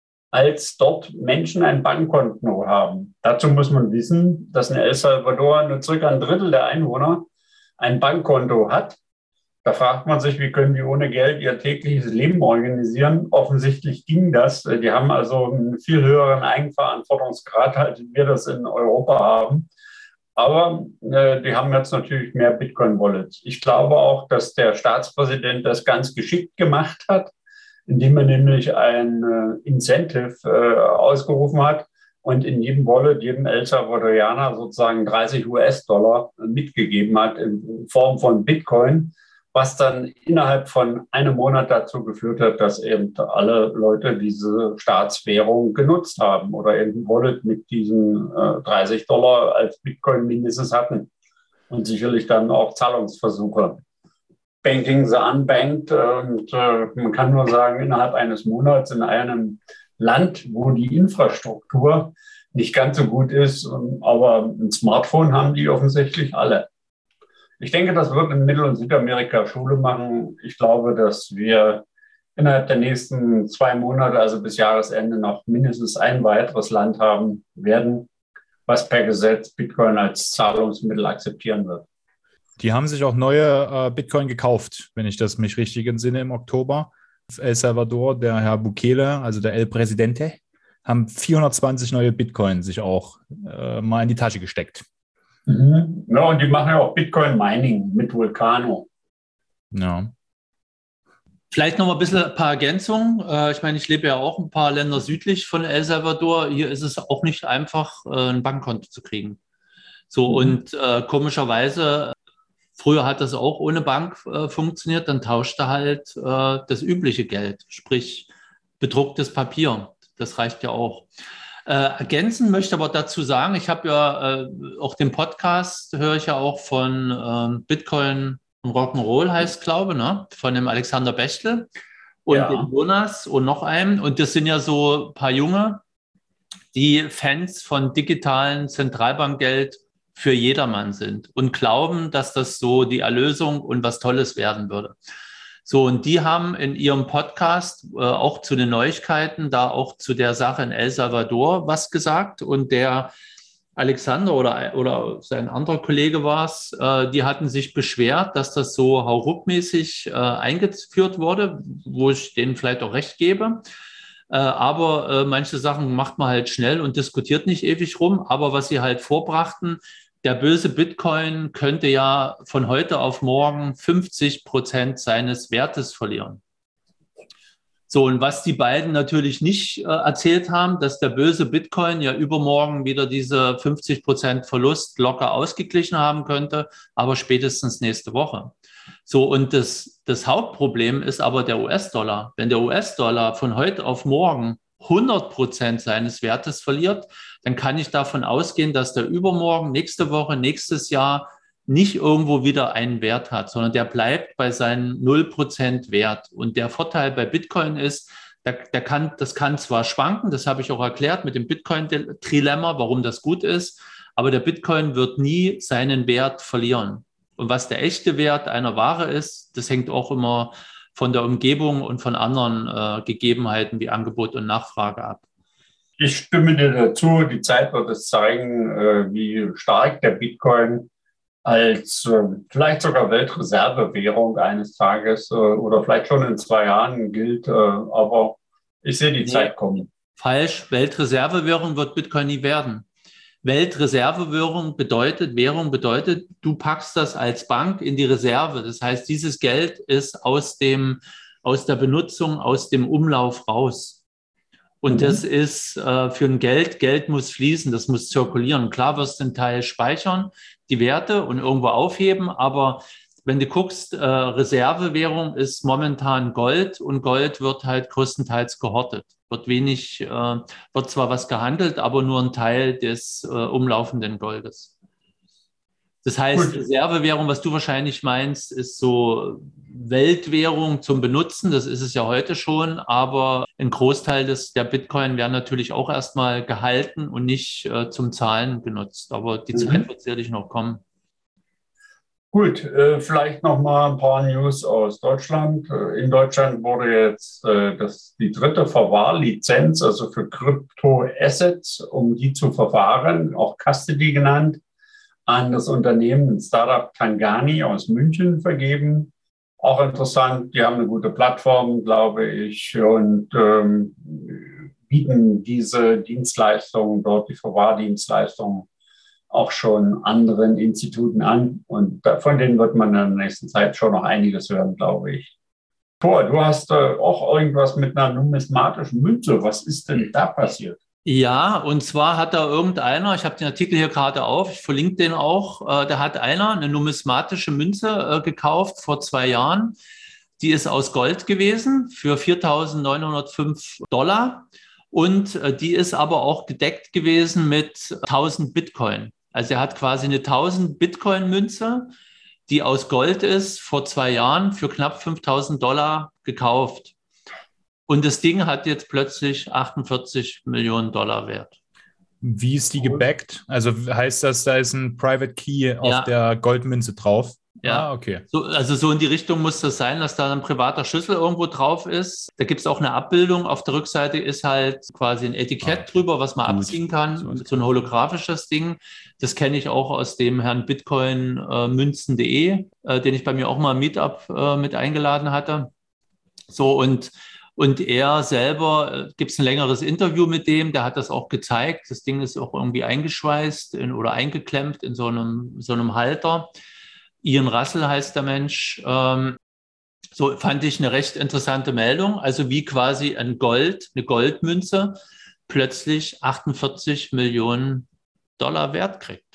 als dort Menschen ein Bankkonto haben. Dazu muss man wissen, dass in El Salvador nur circa ein Drittel der Einwohner ein Bankkonto hat. Da fragt man sich, wie können die ohne Geld ihr tägliches Leben organisieren? Offensichtlich ging das. Die haben also einen viel höheren Eigenverantwortungsgrad, als wir das in Europa haben. Aber äh, die haben jetzt natürlich mehr Bitcoin-Wallets. Ich glaube auch, dass der Staatspräsident das ganz geschickt gemacht hat, indem er nämlich ein äh, Incentive äh, ausgerufen hat und in jedem Wallet, jedem El Salvadorianer sozusagen dreißig U S-Dollar mitgegeben hat in Form von Bitcoin, was dann innerhalb von einem Monat dazu geführt hat, dass eben alle Leute diese Staatswährung genutzt haben oder eben ein Wallet mit diesen äh, dreißig Dollar als Bitcoin mindestens hatten und sicherlich dann auch Zahlungsversuche. Banking the unbanked und äh, man kann nur sagen, innerhalb eines Monats in einem Land, wo die Infrastruktur nicht ganz so gut ist, aber ein Smartphone haben die offensichtlich alle. Ich denke, das wird in Mittel- und Südamerika Schule machen. Ich glaube, dass wir innerhalb der nächsten zwei Monate, also bis Jahresende, noch mindestens ein weiteres Land haben werden, was per Gesetz Bitcoin als Zahlungsmittel akzeptieren wird. Die haben sich auch neue äh, Bitcoin gekauft, wenn ich das mich richtig entsinne, im Oktober. El Salvador, der Herr Bukele, also der El Presidente, haben vierhundertzwanzig neue Bitcoin sich auch äh, mal in die Tasche gesteckt. Mhm. Ja, und die machen ja auch Bitcoin-Mining mit Vulcano. Ja. Vielleicht noch mal ein bisschen ein paar Ergänzungen. Äh, ich meine, ich lebe ja auch ein paar Länder südlich von El Salvador. Hier ist es auch nicht einfach, äh, ein Bankkonto zu kriegen. So, mhm. und äh, komischerweise Früher hat das auch ohne Bank äh, funktioniert, dann tauschte halt äh, das übliche Geld, sprich bedrucktes Papier. Das reicht ja auch. Äh, ergänzen möchte aber dazu sagen, ich habe ja äh, auch den Podcast, höre ich ja auch von ähm, Bitcoin und Rock'n'Roll heißt, glaube ich, ne? Von dem Alexander Bechtel und Ja. dem Jonas und noch einem. Und das sind ja so ein paar Junge, die Fans von digitalen Zentralbankgeld für jedermann sind und glauben, dass das so die Erlösung und was Tolles werden würde. So, und die haben in ihrem Podcast äh, auch zu den Neuigkeiten, da auch zu der Sache in El Salvador was gesagt. Und der Alexander oder, oder sein anderer Kollege war es, äh, die hatten sich beschwert, dass das so hauruckmäßig äh, eingeführt wurde, wo ich denen vielleicht auch recht gebe. Äh, aber äh, manche Sachen macht man halt schnell und diskutiert nicht ewig rum. Aber was sie halt vorbrachten, der böse Bitcoin könnte ja von heute auf morgen fünfzig Prozent seines Wertes verlieren. So, und was die beiden natürlich nicht äh, erzählt haben, dass der böse Bitcoin ja übermorgen wieder diese fünfzig Prozent Verlust locker ausgeglichen haben könnte, aber spätestens nächste Woche. So, und das, das Hauptproblem ist aber der U S-Dollar. Wenn der U S-Dollar von heute auf morgen hundert Prozent seines Wertes verliert, dann kann ich davon ausgehen, dass der übermorgen, nächste Woche, nächstes Jahr nicht irgendwo wieder einen Wert hat, sondern der bleibt bei seinem null Prozent Wert. Und der Vorteil bei Bitcoin ist, der, der kann, das kann zwar schwanken, das habe ich auch erklärt mit dem Bitcoin-Trilemma, warum das gut ist, aber der Bitcoin wird nie seinen Wert verlieren. Und was der echte Wert einer Ware ist, das hängt auch immer von der Umgebung und von anderen äh, Gegebenheiten wie Angebot und Nachfrage ab. Ich stimme dir dazu. Die Zeit wird es zeigen, äh, wie stark der Bitcoin als äh, vielleicht sogar Weltreservewährung eines Tages äh, oder vielleicht schon in zwei Jahren gilt. Äh, aber ich sehe die nee, Zeit kommen. Falsch. Weltreservewährung wird Bitcoin nie werden. Weltreservewährung bedeutet, Währung bedeutet, du packst das als Bank in die Reserve. Das heißt, dieses Geld ist aus dem, aus der Benutzung, aus dem Umlauf raus. Und mhm. das ist äh, für ein Geld, Geld muss fließen, das muss zirkulieren. Klar wirst du einen Teil speichern, die Werte und irgendwo aufheben, aber wenn du guckst, äh, Reservewährung ist momentan Gold und Gold wird halt größtenteils gehortet. Wird wenig, äh, wird zwar was gehandelt, aber nur ein Teil des äh, umlaufenden Goldes. Das heißt, Gut. Reservewährung, was du wahrscheinlich meinst, ist so Weltwährung zum Benutzen. Das ist es ja heute schon, aber ein Großteil des, der Bitcoin werden natürlich auch erstmal gehalten und nicht äh, zum Zahlen genutzt. Aber die mhm. Zeit wird sicherlich noch kommen. Gut, äh, vielleicht noch mal ein paar News aus Deutschland. In Deutschland wurde jetzt äh, das, die dritte Verwahrlizenz, also für Kryptoassets, um die zu verwahren, auch Custody genannt, an das Unternehmen Startup Tangani aus München vergeben. Auch interessant, die haben eine gute Plattform, glaube ich, und ähm, bieten diese Dienstleistungen dort, die Verwahrdienstleistungen, auch schon anderen Instituten an. Und von denen wird man in der nächsten Zeit schon noch einiges hören, glaube ich. Thor, du hast äh, auch irgendwas mit einer numismatischen Münze. Was ist denn da passiert? Ja, und zwar hat da irgendeiner, ich habe den Artikel hier gerade auf, ich verlinke den auch, äh, da hat einer eine numismatische Münze äh, gekauft vor zwei Jahren. Die ist aus Gold gewesen für viertausendneunhundertfünf Dollar und äh, die ist aber auch gedeckt gewesen mit tausend Bitcoin. Also er hat quasi eine tausend Bitcoin-Münze, die aus Gold ist, vor zwei Jahren für knapp fünftausend Dollar gekauft. Und das Ding hat jetzt plötzlich achtundvierzig Millionen Dollar wert. Wie ist die gebackt? Also heißt das, da ist ein Private Key auf ja. der Goldmünze drauf? Ja, ah, okay. So, also so in die Richtung muss das sein, dass da ein privater Schlüssel irgendwo drauf ist. Da gibt es auch eine Abbildung. Auf der Rückseite ist halt quasi ein Etikett ah, drüber, was man gut. abziehen kann. So, so ein holographisches Ding. Das kenne ich auch aus dem Herrn Bitcoin äh, Münzen punkt de, äh, den ich bei mir auch mal im Meetup äh, mit eingeladen hatte. So und Und er selber, äh, gibt es ein längeres Interview mit dem, der hat das auch gezeigt. Das Ding ist auch irgendwie eingeschweißt in, oder eingeklemmt in so einem, so einem Halter. Ian Russell heißt der Mensch. Ähm, so fand ich eine recht interessante Meldung. Also wie quasi ein Gold, eine Goldmünze plötzlich achtundvierzig Millionen Dollar Wert kriegt.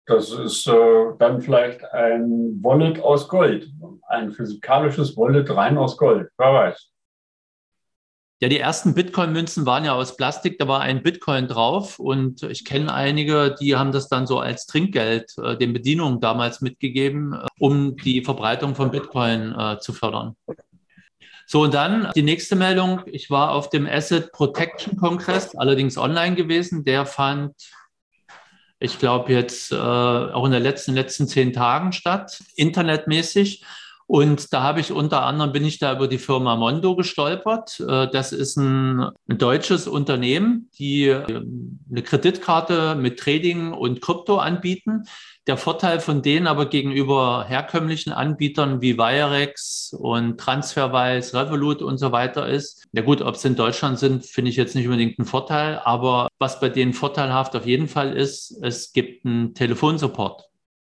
Das ist äh, dann vielleicht ein Wallet aus Gold, ein physikalisches Wallet rein aus Gold, wer weiß. Ja, die ersten Bitcoin-Münzen waren ja aus Plastik, da war ein Bitcoin drauf und ich kenne einige, die haben das dann so als Trinkgeld äh, den Bedienungen damals mitgegeben, äh, um die Verbreitung von Bitcoin äh, zu fördern. So, und dann die nächste Meldung. Ich war auf dem Asset Protection Kongress, allerdings online gewesen. Der fand, ich glaube, jetzt äh, auch in den letzten, letzten zehn Tagen statt, internetmäßig. Und da habe ich unter anderem, bin ich da über die Firma Mondo gestolpert. Das ist ein, ein deutsches Unternehmen, die eine Kreditkarte mit Trading und Krypto anbieten. Der Vorteil von denen aber gegenüber herkömmlichen Anbietern wie Wirex und Transferwise, Revolut und so weiter ist, ja gut, ob sie in Deutschland sind, finde ich jetzt nicht unbedingt einen Vorteil. Aber was bei denen vorteilhaft auf jeden Fall ist, es gibt einen Telefonsupport.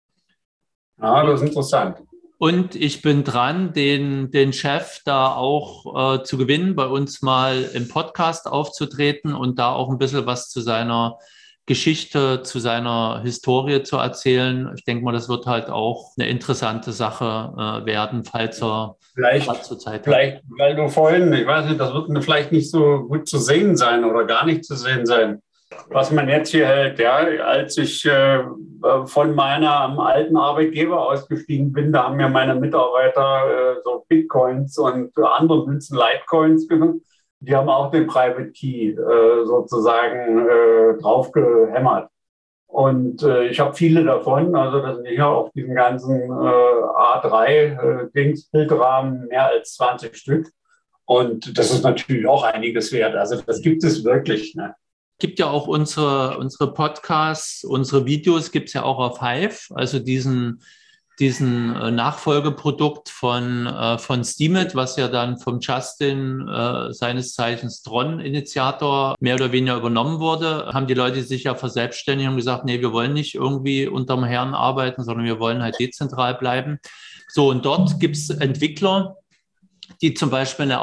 Ja, das ist interessant. Und ich bin dran, den, den Chef da auch äh, zu gewinnen, bei uns mal im Podcast aufzutreten und da auch ein bisschen was zu seiner Geschichte, zu seiner Historie zu erzählen. Ich denke mal, das wird halt auch eine interessante Sache äh, werden, falls er vielleicht, zur Zeit hat. Vielleicht, weil du vorhin, ich weiß nicht, das wird vielleicht nicht so gut zu sehen sein oder gar nicht zu sehen sein. Was man jetzt hier hält, ja, als ich äh, von meiner alten Arbeitgeber ausgestiegen bin, da haben mir meine Mitarbeiter äh, so Bitcoins und andere Münzen, Litecoins genutzt. Die haben auch den Private Key äh, sozusagen äh, drauf gehämmert. Und äh, ich habe viele davon, also das sind hier auf diesem ganzen äh, A drei äh, Dings, Bildrahmen mehr als zwanzig Stück. Und das ist natürlich auch einiges wert. Also das gibt es wirklich, ne? Gibt ja auch unsere, unsere Podcasts, unsere Videos gibt es ja auch auf Hive, also diesen, diesen Nachfolgeprodukt von, äh, von Steemit, was ja dann vom Justin, äh, seines Zeichens Tron-Initiator, mehr oder weniger übernommen wurde, haben die Leute sich ja verselbstständigt und gesagt, nee, wir wollen nicht irgendwie unterm Herrn arbeiten, sondern wir wollen halt dezentral bleiben. So, und dort gibt es Entwickler, die zum Beispiel eine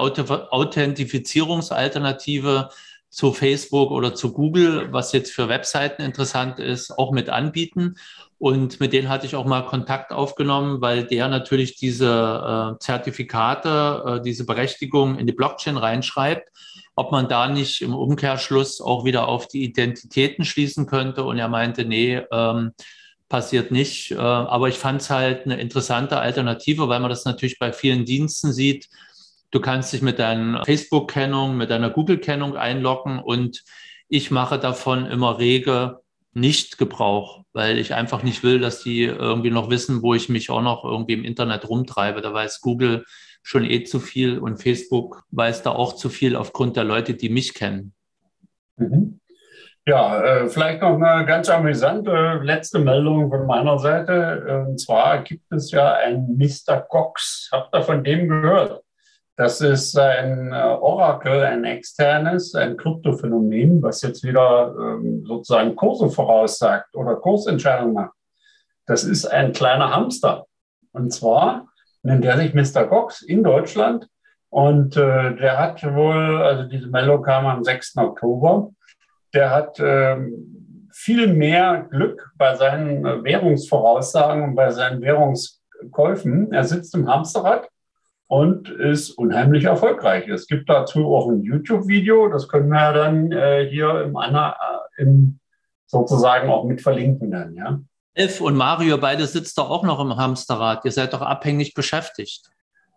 Authentifizierungsalternative zu Facebook oder zu Google, was jetzt für Webseiten interessant ist, auch mit anbieten. Und mit denen hatte ich auch mal Kontakt aufgenommen, weil der natürlich diese äh, Zertifikate, äh, diese Berechtigung in die Blockchain reinschreibt, ob man da nicht im Umkehrschluss auch wieder auf die Identitäten schließen könnte. Und er meinte, nee, ähm, passiert nicht. Äh, aber ich fand es halt eine interessante Alternative, weil man das natürlich bei vielen Diensten sieht. Du kannst dich mit deiner Facebook-Kennung, mit deiner Google-Kennung einloggen und ich mache davon immer rege nicht Gebrauch, weil ich einfach nicht will, dass die irgendwie noch wissen, wo ich mich auch noch irgendwie im Internet rumtreibe. Da weiß Google schon eh zu viel und Facebook weiß da auch zu viel aufgrund der Leute, die mich kennen. Mhm. Ja, äh, vielleicht noch eine ganz amüsante letzte Meldung von meiner Seite. Und zwar gibt es ja einen Mister Cox. Habt ihr von dem gehört? Das ist ein Oracle, ein externes, ein Kryptophänomen, was jetzt wieder ähm, sozusagen Kurse voraussagt oder Kursentscheidungen macht. Das ist ein kleiner Hamster. Und zwar nennt er sich Mister Cox in Deutschland. Und äh, der hat wohl, also diese Meldung kam am sechsten Oktober, der hat ähm, viel mehr Glück bei seinen Währungsvoraussagen und bei seinen Währungskäufen. Er sitzt im Hamsterrad und ist unheimlich erfolgreich. Es gibt dazu auch ein YouTube-Video, das können wir dann äh, hier im, Anna, äh, im sozusagen auch mit verlinken dann, ja. Elf und Mario, beide sitzt doch auch noch im Hamsterrad. Ihr seid doch abhängig beschäftigt.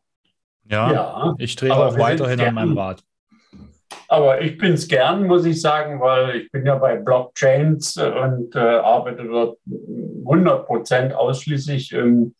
Ja, ja, ich drehe auch weiterhin an meinem Rad. Aber ich bin es gern, muss ich sagen, weil ich bin ja bei Blockchains und äh, arbeite dort hundert Prozent ausschließlich im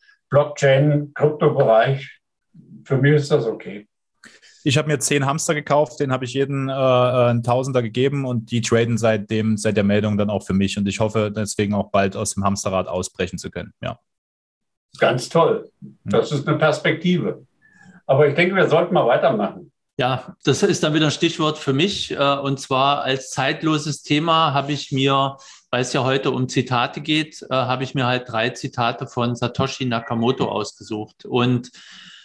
Blockchain-Kryptobereich. Für mich ist das okay. Ich habe mir zehn Hamster gekauft, den habe ich jeden äh, einen Tausender gegeben und die traden seitdem, seit der Meldung dann auch für mich und ich hoffe deswegen auch bald aus dem Hamsterrad ausbrechen zu können. Ja. Ganz toll. Das ist eine Perspektive. Aber ich denke, wir sollten mal weitermachen. Ja, das ist dann wieder ein Stichwort für mich. Und zwar als zeitloses Thema habe ich mir, weil es ja heute um Zitate geht, habe ich mir halt drei Zitate von Satoshi Nakamoto ausgesucht. Und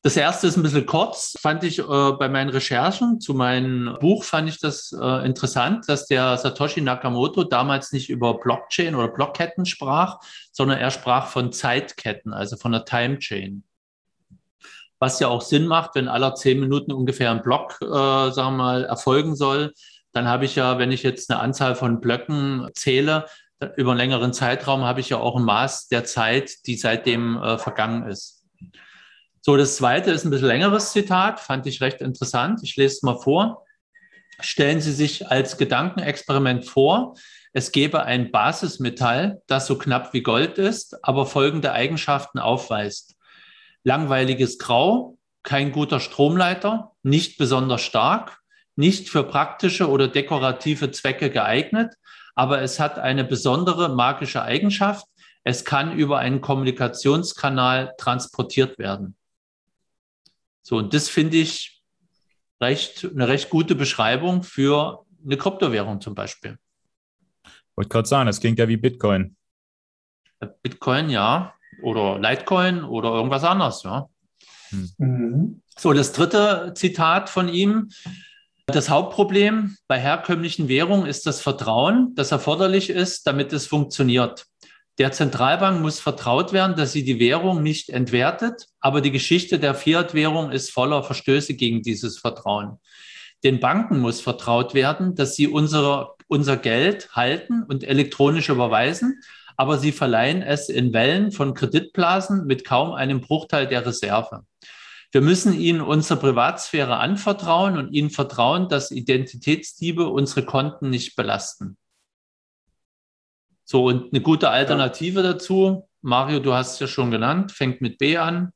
Das erste ist ein bisschen kurz, fand ich äh, bei meinen Recherchen zu meinem Buch, fand ich das äh, interessant, dass der Satoshi Nakamoto damals nicht über Blockchain oder Blockketten sprach, sondern er sprach von Zeitketten, also von einer Time Chain. Was ja auch Sinn macht, wenn alle zehn Minuten ungefähr ein Block, äh, sagen wir mal, erfolgen soll, dann habe ich ja, wenn ich jetzt eine Anzahl von Blöcken zähle, über einen längeren Zeitraum habe ich ja auch ein Maß der Zeit, die seitdem äh, vergangen ist. So, das zweite ist ein bisschen längeres Zitat, fand ich recht interessant. Ich lese es mal vor. Stellen Sie sich als Gedankenexperiment vor, es gäbe ein Basismetall, das so knapp wie Gold ist, aber folgende Eigenschaften aufweist. Langweiliges Grau, kein guter Stromleiter, nicht besonders stark, nicht für praktische oder dekorative Zwecke geeignet, aber es hat eine besondere magische Eigenschaft. Es kann über einen Kommunikationskanal transportiert werden. So, und das finde ich recht, eine recht gute Beschreibung für eine Kryptowährung zum Beispiel. Wollte gerade sagen, das klingt ja wie Bitcoin. Bitcoin, ja, oder Litecoin oder irgendwas anderes, ja. Hm. Mhm. So, das dritte Zitat von ihm. Das Hauptproblem bei herkömmlichen Währungen ist das Vertrauen, das erforderlich ist, damit es funktioniert. Der Zentralbank muss vertraut werden, dass sie die Währung nicht entwertet, aber die Geschichte der Fiat-Währung ist voller Verstöße gegen dieses Vertrauen. Den Banken muss vertraut werden, dass sie unsere, unser Geld halten und elektronisch überweisen, aber sie verleihen es in Wellen von Kreditblasen mit kaum einem Bruchteil der Reserve. Wir müssen ihnen unsere Privatsphäre anvertrauen und ihnen vertrauen, dass Identitätsdiebe unsere Konten nicht belasten. So, und eine gute Alternative ja. dazu, Mario, du hast es ja schon genannt, fängt mit B an.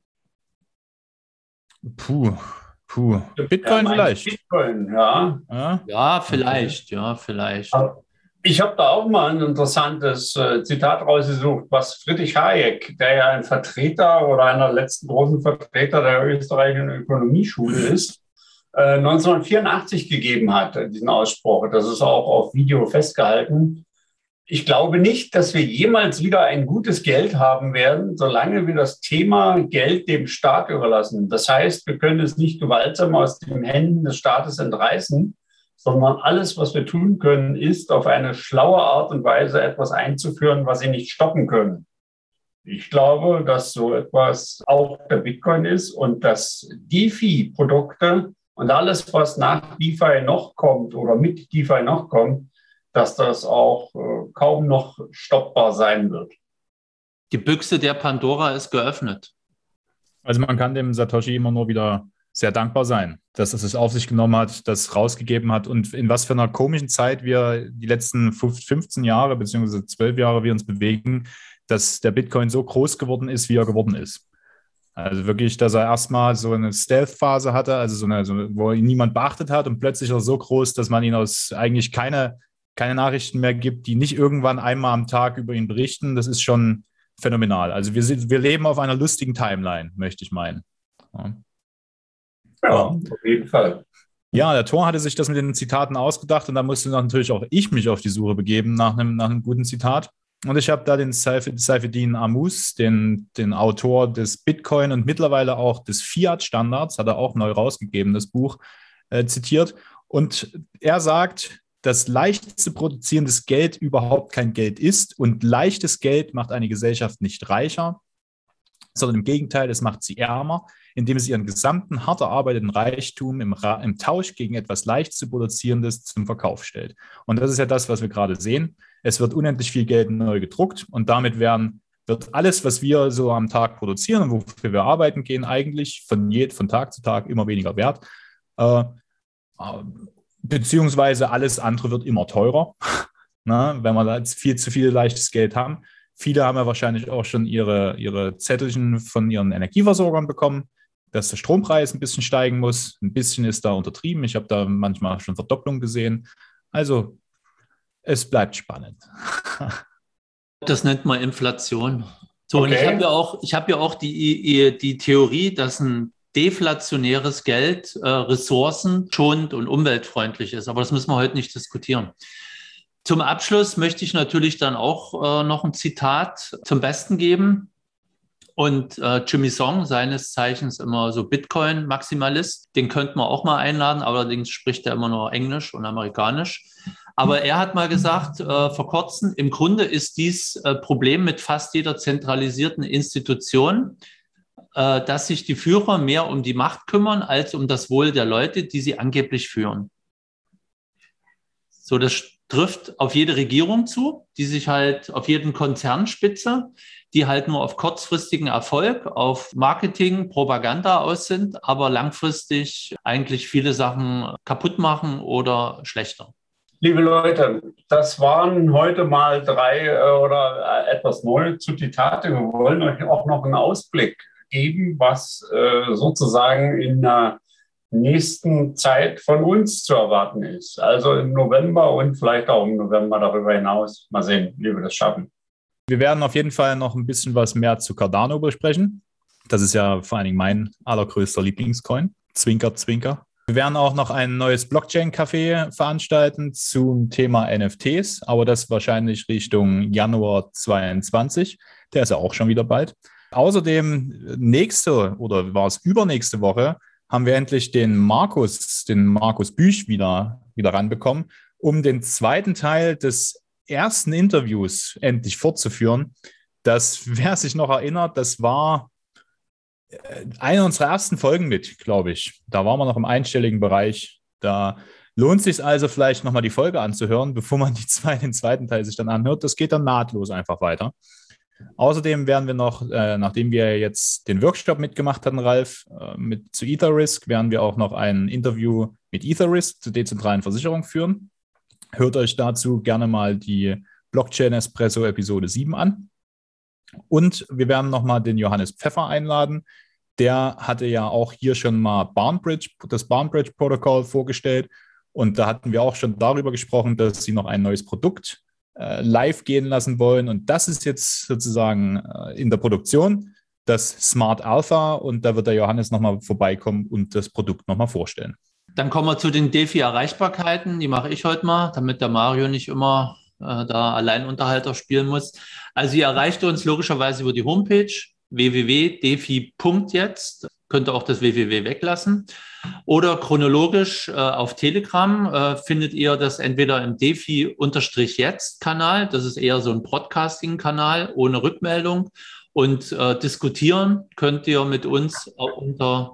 Puh, puh. Bitcoin ja, vielleicht. Bitcoin, ja. Ja, ja vielleicht, okay. ja, vielleicht. Ich habe da auch mal ein interessantes äh, Zitat rausgesucht, was Friedrich Hayek, der ja ein Vertreter oder einer der letzten großen Vertreter der österreichischen Ökonomieschule ist, äh, neunzehnhundertvierundachtzig gegeben hat, diesen Ausspruch. Das ist auch auf Video festgehalten. Ich glaube nicht, dass wir jemals wieder ein gutes Geld haben werden, solange wir das Thema Geld dem Staat überlassen. Das heißt, wir können es nicht gewaltsam aus den Händen des Staates entreißen, sondern alles, was wir tun können, ist, auf eine schlaue Art und Weise etwas einzuführen, was sie nicht stoppen können. Ich glaube, dass so etwas auch der Bitcoin ist und dass DeFi-Produkte und alles, was nach DeFi noch kommt oder mit DeFi noch kommt, dass das auch äh, kaum noch stoppbar sein wird. Die Büchse der Pandora ist geöffnet. Also man kann dem Satoshi immer nur wieder sehr dankbar sein, dass es es auf sich genommen hat, das rausgegeben hat und in was für einer komischen Zeit wir die letzten fünfzehn Jahre beziehungsweise zwölf Jahre wir uns bewegen, dass der Bitcoin so groß geworden ist, wie er geworden ist. Also wirklich, dass er erstmal so eine Stealth-Phase hatte, also so eine, so, wo ihn niemand beachtet hat und plötzlich ist er so groß, dass man ihn aus eigentlich keine keine Nachrichten mehr gibt, die nicht irgendwann einmal am Tag über ihn berichten. Das ist schon phänomenal. Also wir, sind, wir leben auf einer lustigen Timeline, möchte ich meinen. Ja, ja auf jeden Fall. Ja, der Thor hatte sich das mit den Zitaten ausgedacht und da musste natürlich auch ich mich auf die Suche begeben nach einem, nach einem guten Zitat. Und ich habe da den Saifedean Ammous, den, den Autor des Bitcoin und mittlerweile auch des Fiat-Standards, hat er auch neu rausgegeben, das Buch, äh, zitiert. Und er sagt, dass leicht zu produzierendes Geld überhaupt kein Geld ist und leichtes Geld macht eine Gesellschaft nicht reicher, sondern im Gegenteil, es macht sie ärmer, indem es ihren gesamten hart erarbeiteten Reichtum im, Ra- im Tausch gegen etwas leicht zu produzierendes zum Verkauf stellt. Und das ist ja das, was wir gerade sehen. Es wird unendlich viel Geld neu gedruckt und damit werden, wird alles, was wir so am Tag produzieren und wofür wir arbeiten gehen, eigentlich von, je, von Tag zu Tag immer weniger wert. Äh, Beziehungsweise alles andere wird immer teurer, na, wenn wir da viel zu viel leichtes Geld haben. Viele haben ja wahrscheinlich auch schon ihre, ihre Zettelchen von ihren Energieversorgern bekommen, dass der Strompreis ein bisschen steigen muss. Ein bisschen ist da untertrieben. Ich habe da manchmal schon Verdopplung gesehen. Also es bleibt spannend. Das nennt man Inflation. So, okay. Und ich habe ja auch, ich habe ja auch die, die Theorie, dass ein deflationäres Geld äh, ressourcenschonend und umweltfreundlich ist. Aber das müssen wir heute nicht diskutieren. Zum Abschluss möchte ich natürlich dann auch äh, noch ein Zitat zum Besten geben. Und äh, Jimmy Song, seines Zeichens immer so Bitcoin-Maximalist, den könnten wir auch mal einladen, allerdings spricht er immer nur Englisch und Amerikanisch. Aber er hat mal gesagt, äh, vor kurzem, im Grunde ist dies äh, Problem mit fast jeder zentralisierten Institution, äh, dass sich die Führer mehr um die Macht kümmern, als um das Wohl der Leute, die sie angeblich führen. So, das trifft auf jede Regierung zu, die sich halt auf jeden Konzernspitze, die halt nur auf kurzfristigen Erfolg, auf Marketing, Propaganda aus sind, aber langfristig eigentlich viele Sachen kaputt machen oder schlechter. Liebe Leute, das waren heute mal drei äh, oder äh, etwas neu zu Zitate. Wir wollen euch auch noch einen Ausblick geben, was äh, sozusagen in der nächsten Zeit von uns zu erwarten ist. Also im November und vielleicht auch im November darüber hinaus. Mal sehen, wie wir das schaffen. Wir werden auf jeden Fall noch ein bisschen was mehr zu Cardano besprechen. Das ist ja vor allen Dingen mein allergrößter Lieblingscoin. Zwinker, zwinker. Wir werden auch noch ein neues Blockchain-Café veranstalten zum Thema N F Ts, aber das wahrscheinlich Richtung Januar zweiundzwanzig. Der ist ja auch schon wieder bald. Außerdem nächste oder war es übernächste Woche haben wir endlich den Markus, den Markus Büch wieder, wieder ranbekommen, um den zweiten Teil des ersten Interviews endlich fortzuführen. Das, wer sich noch erinnert, das war eine unserer ersten Folgen mit, glaube ich. Da waren wir noch im einstelligen Bereich. Da lohnt es sich also vielleicht nochmal die Folge anzuhören, bevor man die zwei, den zweiten Teil sich dann anhört. Das geht dann nahtlos einfach weiter. Außerdem werden wir noch, äh, nachdem wir jetzt den Workshop mitgemacht hatten, Ralf, äh, mit zu EtherRisk, werden wir auch noch ein Interview mit EtherRisk zur dezentralen Versicherung führen. Hört euch dazu gerne mal die Blockchain Espresso Episode sieben an. Und wir werden nochmal den Johannes Pfeffer einladen. Der hatte ja auch hier schon mal Barnbridge, das Barnbridge-Protokoll vorgestellt. Und da hatten wir auch schon darüber gesprochen, dass sie noch ein neues Produkt äh, live gehen lassen wollen. Und das ist jetzt sozusagen äh, in der Produktion, das Smart Alpha. Und da wird der Johannes nochmal vorbeikommen und das Produkt nochmal vorstellen. Dann kommen wir zu den DeFi-Erreichbarkeiten. Die mache ich heute mal, damit der Mario nicht immer äh, da Alleinunterhalter spielen muss. Also ihr erreicht uns logischerweise über die Homepage w w w punkt defi punkt jetzt. Könnt ihr auch das w w w weglassen. Oder chronologisch äh, auf Telegram äh, findet ihr das entweder im Defi-Jetzt-Kanal. Das ist eher so ein Broadcasting-Kanal ohne Rückmeldung. Und äh, diskutieren könnt ihr mit uns auch unter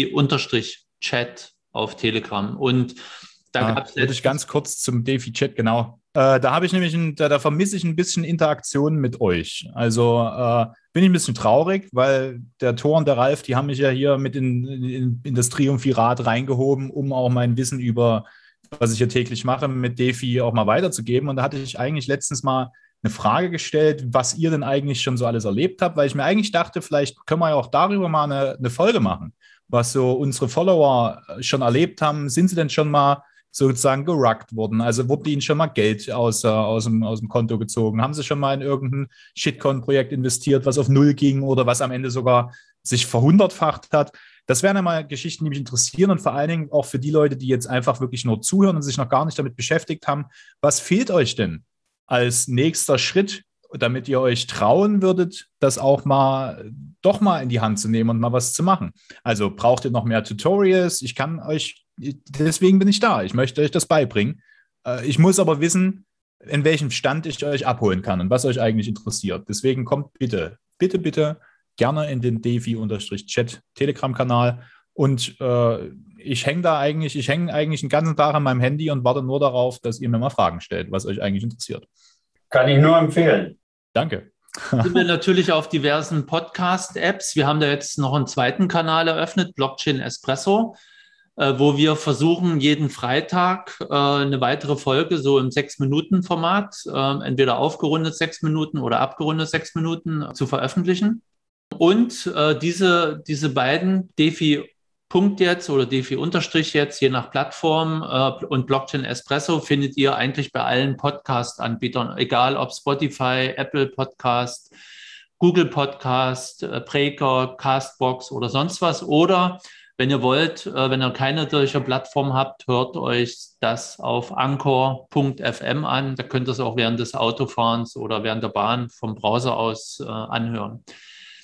Defi-Chat auf Telegram. Und da ja, gab es würde ich ganz kurz zum Defi-Chat, genau. Äh, da habe ich nämlich, ein, da, da vermisse ich ein bisschen Interaktion mit euch. Also äh, bin ich ein bisschen traurig, weil der Thor und der Ralf, die haben mich ja hier mit in, in, in das Triumphirat reingehoben, um auch mein Wissen über, was ich hier täglich mache, mit Defi auch mal weiterzugeben. Und da hatte ich eigentlich letztens mal eine Frage gestellt, was ihr denn eigentlich schon so alles erlebt habt, weil ich mir eigentlich dachte, vielleicht können wir ja auch darüber mal eine, eine Folge machen, was so unsere Follower schon erlebt haben. Sind sie denn schon mal sozusagen geruckt worden? Also wurde ihnen schon mal Geld aus, äh, aus, dem, aus dem Konto gezogen? Haben sie schon mal in irgendein Shitcoin-Projekt investiert, was auf Null ging oder was am Ende sogar sich verhundertfacht hat? Das wären ja mal Geschichten, die mich interessieren und vor allen Dingen auch für die Leute, die jetzt einfach wirklich nur zuhören und sich noch gar nicht damit beschäftigt haben. Was fehlt euch denn als nächster Schritt, damit ihr euch trauen würdet, das auch mal doch mal in die Hand zu nehmen und mal was zu machen? Also braucht ihr noch mehr Tutorials? Ich kann euch, deswegen bin ich da. Ich möchte euch das beibringen. Ich muss aber wissen, in welchem Stand ich euch abholen kann und was euch eigentlich interessiert. Deswegen kommt bitte, bitte, bitte gerne in den Defi-Chat Telegram-Kanal. Und äh, ich hänge da eigentlich, ich hänge eigentlich den ganzen Tag an meinem Handy und warte nur darauf, dass ihr mir mal Fragen stellt, was euch eigentlich interessiert. Kann ich nur empfehlen. Danke. Sind wir natürlich auf diversen Podcast-Apps. Wir haben da jetzt noch einen zweiten Kanal eröffnet, Blockchain Espresso, äh, wo wir versuchen, jeden Freitag äh, eine weitere Folge so im sechs-Minuten-Format, äh, entweder aufgerundet sechs Minuten oder abgerundet sechs Minuten äh, zu veröffentlichen. Und äh, diese, diese beiden Defi Punkt jetzt oder Defi Unterstrich jetzt, je nach Plattform äh, und Blockchain Espresso findet ihr eigentlich bei allen Podcast-Anbietern, egal ob Spotify, Apple Podcast, Google Podcast, äh, Breaker, Castbox oder sonst was. Oder wenn ihr wollt, äh, wenn ihr keine solcher Plattform habt, hört euch das auf anchor Punkt f m an. Da könnt ihr es auch während des Autofahrens oder während der Bahn vom Browser aus äh, anhören.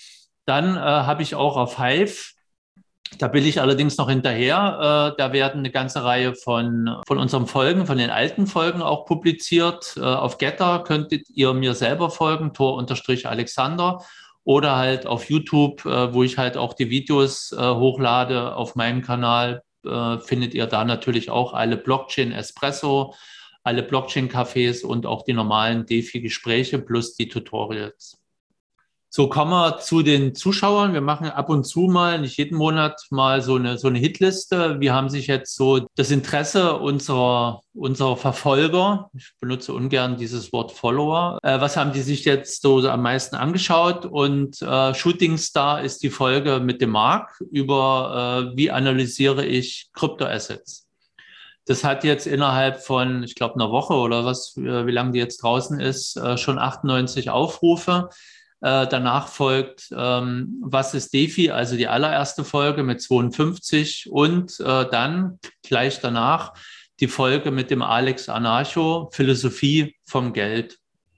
Dann äh, habe ich auch auf Hive, da bin ich allerdings noch hinterher, äh, da werden eine ganze Reihe von, von unseren Folgen, von den alten Folgen auch publiziert. Äh, auf Getter könntet ihr mir selber folgen, Tor-Alexander, oder halt auf YouTube, äh, wo ich halt auch die Videos äh, hochlade auf meinem Kanal, äh, findet ihr da natürlich auch alle Blockchain-Espresso, alle Blockchain-Cafés und auch die normalen DeFi-Gespräche plus die Tutorials. So kommen wir zu den Zuschauern. Wir machen ab und zu mal, nicht jeden Monat, mal so eine, so eine Hitliste. Wie haben sich jetzt so das Interesse unserer, unserer Verfolger, ich benutze ungern dieses Wort Follower, äh, was haben die sich jetzt so am meisten angeschaut? Und äh, Shooting Star ist die Folge mit dem Marc über, äh, wie analysiere ich Kryptoassets. Das hat jetzt innerhalb von, ich glaube, einer Woche oder was, wie lange die jetzt draußen ist, äh, schon achtundneunzig Aufrufe. Äh, danach folgt ähm, Was ist DeFi, also die allererste Folge mit zweiundfünfzig und äh, dann gleich danach die Folge mit dem Alex Anarcho, Philosophie vom Geld.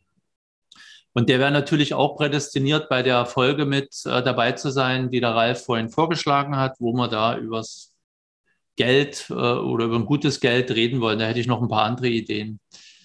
Und der wäre natürlich auch prädestiniert, bei der Folge mit äh, dabei zu sein, die der Ralf vorhin vorgeschlagen hat, wo wir da übers Geld äh, oder über ein gutes Geld reden wollen. Da hätte ich noch ein paar andere Ideen.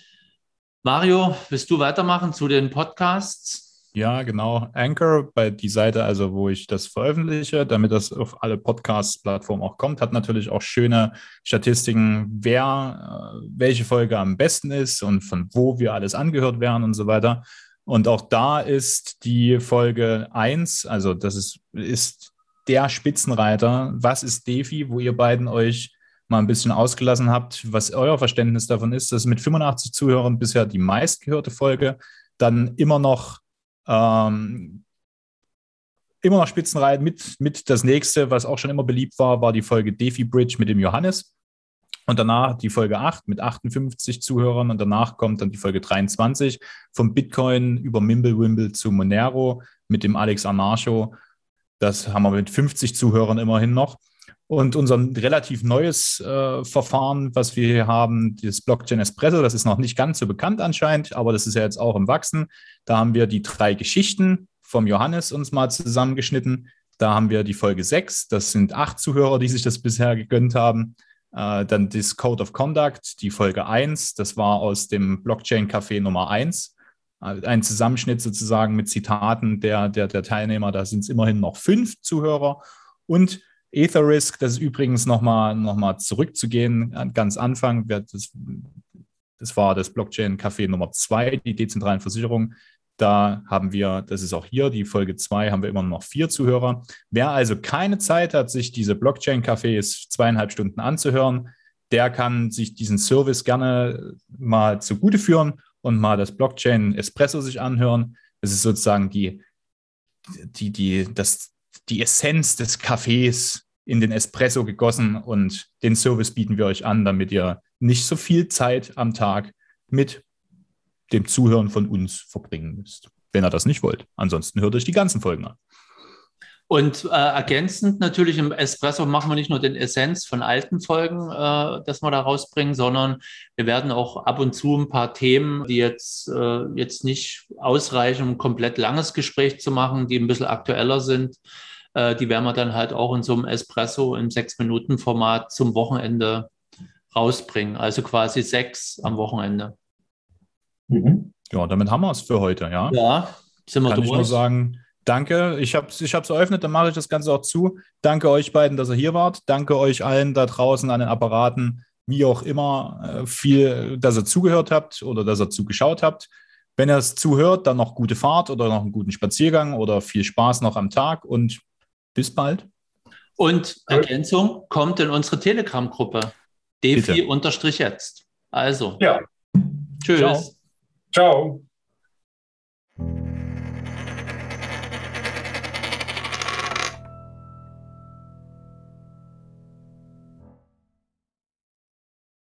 Mario, willst du weitermachen zu den Podcasts? Ja, genau. Anchor, bei die Seite, also wo ich das veröffentliche, damit das auf alle Podcast-Plattformen auch kommt, hat natürlich auch schöne Statistiken, wer, äh, welche Folge am besten ist und von wo wir alles angehört werden und so weiter. Und auch da ist die Folge eins, also das ist, ist der Spitzenreiter, Was ist DeFi, wo ihr beiden euch mal ein bisschen ausgelassen habt, was euer Verständnis davon ist. Das ist mit fünfundachtzig Zuhörern bisher die meistgehörte Folge. Dann immer noch Ähm, immer noch Spitzenreiter mit, mit das nächste, was auch schon immer beliebt war, war die Folge DeFi Bridge mit dem Johannes. Und danach die Folge acht mit achtundfünfzig Zuhörern. Und danach kommt dann die Folge dreiundzwanzig vom Bitcoin über Mimblewimble zu Monero mit dem Alex Anarcho. Das haben wir mit fünfzig Zuhörern immerhin noch. Und unser relativ neues äh, Verfahren, was wir hier haben, das Blockchain Espresso, das ist noch nicht ganz so bekannt anscheinend, aber das ist ja jetzt auch im Wachsen. Da haben wir die drei Geschichten vom Johannes uns mal zusammengeschnitten. Da haben wir die Folge sechs, das sind acht Zuhörer, die sich das bisher gegönnt haben. Äh, dann das Code of Conduct, die Folge eins, das war aus dem Blockchain-Café Nummer eins. Ein Zusammenschnitt sozusagen mit Zitaten der, der, der Teilnehmer, da sind es immerhin noch fünf Zuhörer. Und Etherisk, das ist übrigens nochmal noch mal zurückzugehen, ganz Anfang, das, das war das Blockchain-Café Nummer zwei, die dezentralen Versicherungen. Da haben wir, das ist auch hier, die Folge zwei, haben wir immer noch vier Zuhörer. Wer also keine Zeit hat, sich diese Blockchain-Cafés zweieinhalb Stunden anzuhören, der kann sich diesen Service gerne mal zugute führen und mal das Blockchain Espresso sich anhören. Das ist sozusagen die, die, die, das die Essenz des Kaffees in den Espresso gegossen und den Service bieten wir euch an, damit ihr nicht so viel Zeit am Tag mit dem Zuhören von uns verbringen müsst, wenn ihr das nicht wollt. Ansonsten hört euch die ganzen Folgen an. Und äh, ergänzend natürlich im Espresso machen wir nicht nur den Essenz von alten Folgen, äh, das wir da rausbringen, sondern wir werden auch ab und zu ein paar Themen, die jetzt, äh, jetzt nicht ausreichen, um ein komplett langes Gespräch zu machen, die ein bisschen aktueller sind, äh, die werden wir dann halt auch in so einem Espresso im sechs-Minuten-Format zum Wochenende rausbringen. Also quasi sechs am Wochenende. Mhm. Ja, damit haben wir es für heute, ja. Ja, sind wir Kann durch. ich nur sagen, danke. Ich habe es ich hab's eröffnet, dann mache ich das Ganze auch zu. Danke euch beiden, dass ihr hier wart. Danke euch allen da draußen an den Apparaten, wie auch immer, viel, dass ihr zugehört habt oder dass ihr zugeschaut habt. Wenn ihr es zuhört, dann noch gute Fahrt oder noch einen guten Spaziergang oder viel Spaß noch am Tag und bis bald. Und Ergänzung, kommt in unsere Telegram-Gruppe. DeFi-jetzt. Also. Ja. Tschüss. Ciao. Ciao.